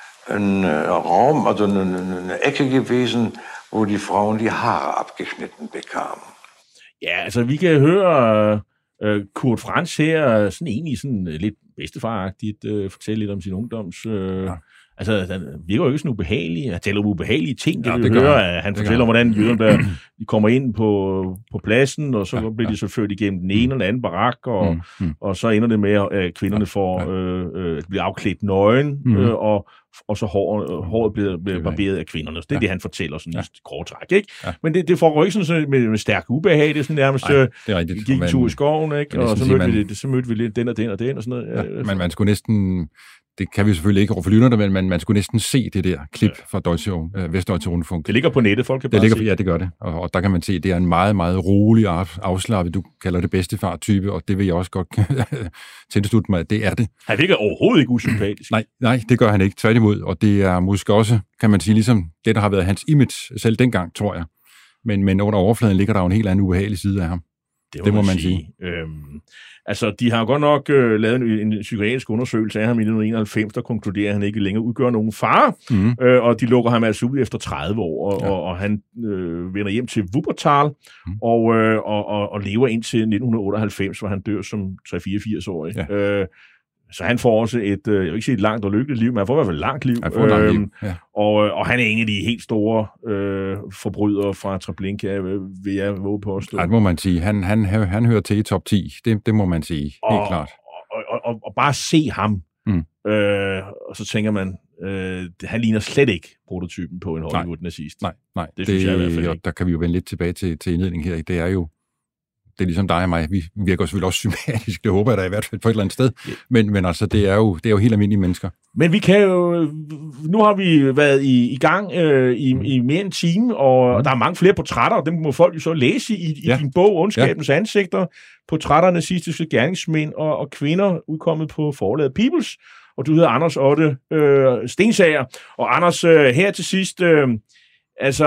ein Raum, also eine, eine Ecke gewesen, wo die Frauen die Haare abgeschnitten bekamen. Ja, altså vi kan høre uh, Kurt Franz her, sådan egentlig sådan lidt bedstefaragtigt, uh, fortælle lidt om sin ungdoms... Uh, ja. Altså, han virker jo ikke sådan ubehagelig. Han taler om ubehagelige ting, det ja, vi det hører. Han, han fortæller om, hvordan jøderne der, de kommer ind på, på pladsen, og så ja, bliver de så ført igennem den ene eller den anden barak, og, mm, mm. og så ender det med, at kvinderne får ja. øh, øh, bliver afklædt nøgen, mm. øh, og, og så hår, håret bliver, bliver barberet af kvinderne. Det er ja. det, han fortæller sådan ja. i grove træk, ikke? Ja. Men det, det foregår ikke sådan med, med stærk ubehag. Det er sådan nærmest, Ej, det er rigtigt. Gik en tur i skoven, ikke? Og så mødte, man... vi det, så mødte vi lidt den og den og den og sådan noget. Ja, men man skulle næsten... Det kan vi selvfølgelig ikke over for lytterne, men man, man skulle næsten se det der klip ja. fra Deutsche, øh, Westdeutsche Rundfunk. Det ligger på nettet, folk kan det bare ligger, se. Ja, det gør det. Og, og der kan man se, at det er en meget, meget rolig afslappet, du kalder det bedstefar-type, og det vil jeg også godt tilslutte mig, at det er det. Han virker overhovedet ikke usympatisk. Nej, nej, det gør han ikke, tværtimod. Og det er måske også, kan man sige, ligesom det, der har været hans image selv dengang, tror jeg. Men, men under overfladen ligger der jo en helt anden ubehagelig side af ham. Det må, det må man, man sige. sige. Øhm, altså, de har godt nok øh, lavet en, en psykiatrisk undersøgelse af ham i nitten enoghalvfems, der konkluderer, at han ikke længere udgør nogen fare, mm. øh, og de lukker ham altså ud efter tredive år, og, ja. og, og han øh, vender hjem til Wuppertal, mm. og, øh, og, og, og lever indtil nitten otteoghalvfems, hvor han dør som tres til fireogfirs-årig. Ja. Øh, Så han får også et, jeg vil ikke sige et langt og lykkeligt liv, men han får i hvert fald et langt liv. Han får et langt liv, ja. og, og han er en af de helt store øh, forbrydere fra Treblinka, vil jeg våge påstå. Ja, det må man sige. Han, han, han hører til i top ti, det, det må man sige, helt og, klart. Og, og, og, og bare se ham, mm. øh, og så tænker man, øh, han ligner slet ikke prototypen på en Hollywood-nazist. Nej, nej. Det, det synes jeg i hvert fald ikke. Der kan vi jo vende lidt tilbage til, til indledningen her. Det er jo Det er ligesom dig og mig. Vi virker selvfølgelig også sympatisk. Det håber jeg da i hvert fald på et eller andet sted. Yeah. Men, men altså, det er, jo, det er jo helt almindelige mennesker. Men vi kan jo... Nu har vi været i, i gang øh, i, mm. i mere end en time, og mm. der er mange flere portrætter, og dem må folk jo så læse i, i ja. din bog, Ondskabens ja. ansigter. Portrætter af nazistiske gerningsmænd og, og kvinder, udkommet på forlaget Peoples. Og du hedder Anders Otte øh, Stensager. Og Anders, øh, her til sidst... Øh, altså...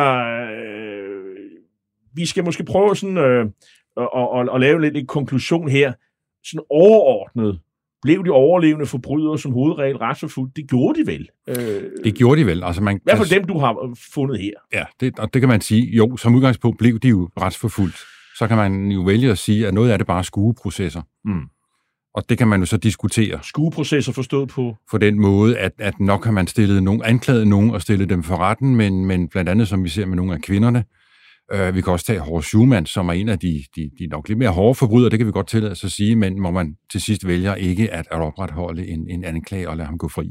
Øh, vi skal måske prøve sådan... Øh, Og, og, og lave lidt en konklusion her. Sådan overordnet blev de overlevende forbrydere som hovedregel retsforfulgt? Det gjorde de vel? Øh, det gjorde de vel. Altså man, I hvert fald dem, du har fundet her. Ja, det, og det kan man sige. Jo, som udgangspunkt blev de jo retsforfulgt. Så kan man jo vælge at sige, at noget af det bare er skueprocesser. Mm. Og det kan man jo så diskutere. Skueprocesser forstået på? For den måde, at, at nok har man stillet nogen, anklaget nogen og stillet dem for retten, men, men blandt andet, som vi ser med nogle af kvinderne. Øh, vi kan også tage Horst Schumann, som er en af de, de, de nok lidt mere hårde forbrydere, det kan vi godt tillade sig at sige, men hvor man til sidst vælger ikke at, at opretholde en, en anklage og lade ham gå fri.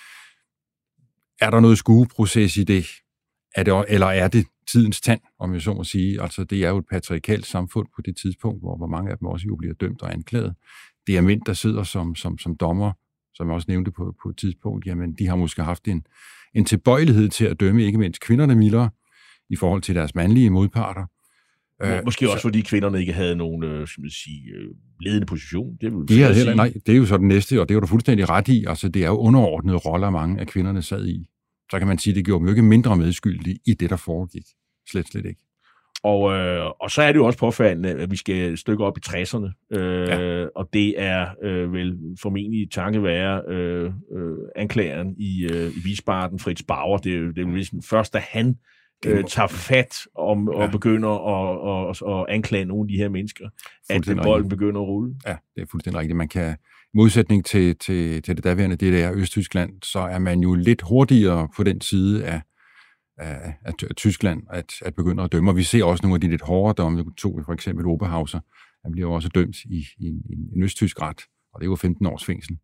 Er der noget skueproces i det? Er det, eller er det tidens tand, om jeg så må sige? Altså, det er jo et patriarkalt samfund på det tidspunkt, hvor, hvor mange af dem også jo bliver dømt og anklaget. Det er mænd, der sidder som, som, som dommer, som jeg også nævnte på, på et tidspunkt, jamen, de har måske haft en, en tilbøjelighed til at dømme, ikke mindst kvinderne mildere, i forhold til deres mandlige modparter. Måske også, så, fordi kvinderne ikke havde nogen øh, skal man sige, øh, ledende position. Det, vil de havde heller, nej, det er jo så det næste, og det er jo du fuldstændig ret i. Altså, det er jo underordnede roller, mange af kvinderne sad i. Så kan man sige, at det gjorde dem jo ikke mindre medskyldige i det, der foregik. Slet, slet ikke. Og, øh, og så er det jo også påfaldende, at vi skal et stykke op i tresserne, øh, ja. Og det er øh, vel formentlig takket være øh, øh, anklageren i, øh, i Wiesbaden, Fritz Bauer. Det er jo det er vel først, da han øh, tager fat om, ja. og begynder at, at, at anklage nogle af de her mennesker, at bolden begynder at rulle. Ja, det er fuldstændig rigtigt. Man kan, i modsætning til, til, til det daværende, det der Østtyskland, så er man jo lidt hurtigere på den side af Af, af, af Tyskland at, at begynde at dømme. Og vi ser også nogle af de lidt hårdere domme. Vi tog for eksempel Oberhauser. Han bliver jo også dømt i, i, en, i en østtysk ret, og det er jo femten års fængsel.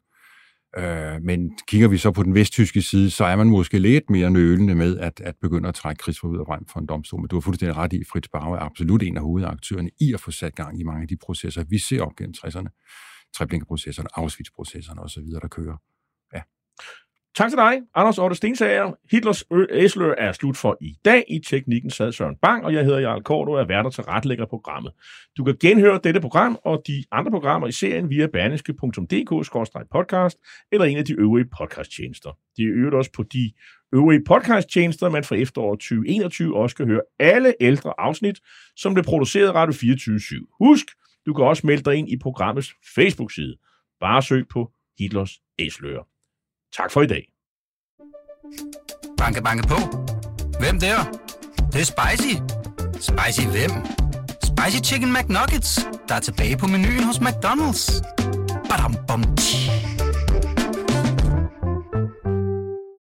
Øh, men kigger vi så på den vesttyske side, så er man måske lidt mere nølende med at, at begynde at trække krigsforbrydere frem for en domstol. Men du har fuldstændig ret i, Fritz Bauer er absolut en af hovedaktørerne i at få sat gang i mange af de processer, vi ser op gennem tresserne. Treblinka-processerne, Auschwitz-processerne osv., der kører. Ja. Tak til dig, Anders Otte Stensager. Hitlers Æsler er slut for i dag. I teknikken sad Søren Bang, og jeg hedder Jarl Kort og er vært og tilrettelægger programmet. Du kan genhøre dette program og de andre programmer i serien via berlingske punktum d k skråstreg podcast eller en af de øvrige podcasttjenester. De er øvrigt også på de øvrige podcasttjenester, man fra efteråret tyve enogtyve også kan høre alle ældre afsnit, som blev produceret af Radio fireogtyve syv. Husk, du kan også melde dig ind i programmets Facebook-side. Bare søg på Hitlers Æsler. Tak for i dag. Banke, banke på. Hvem der? Det, det er spicy. Spicy hvem? Spicy Chicken McNuggets, der er tilbage på menuen hos McDonald's. Badum, bom, tji.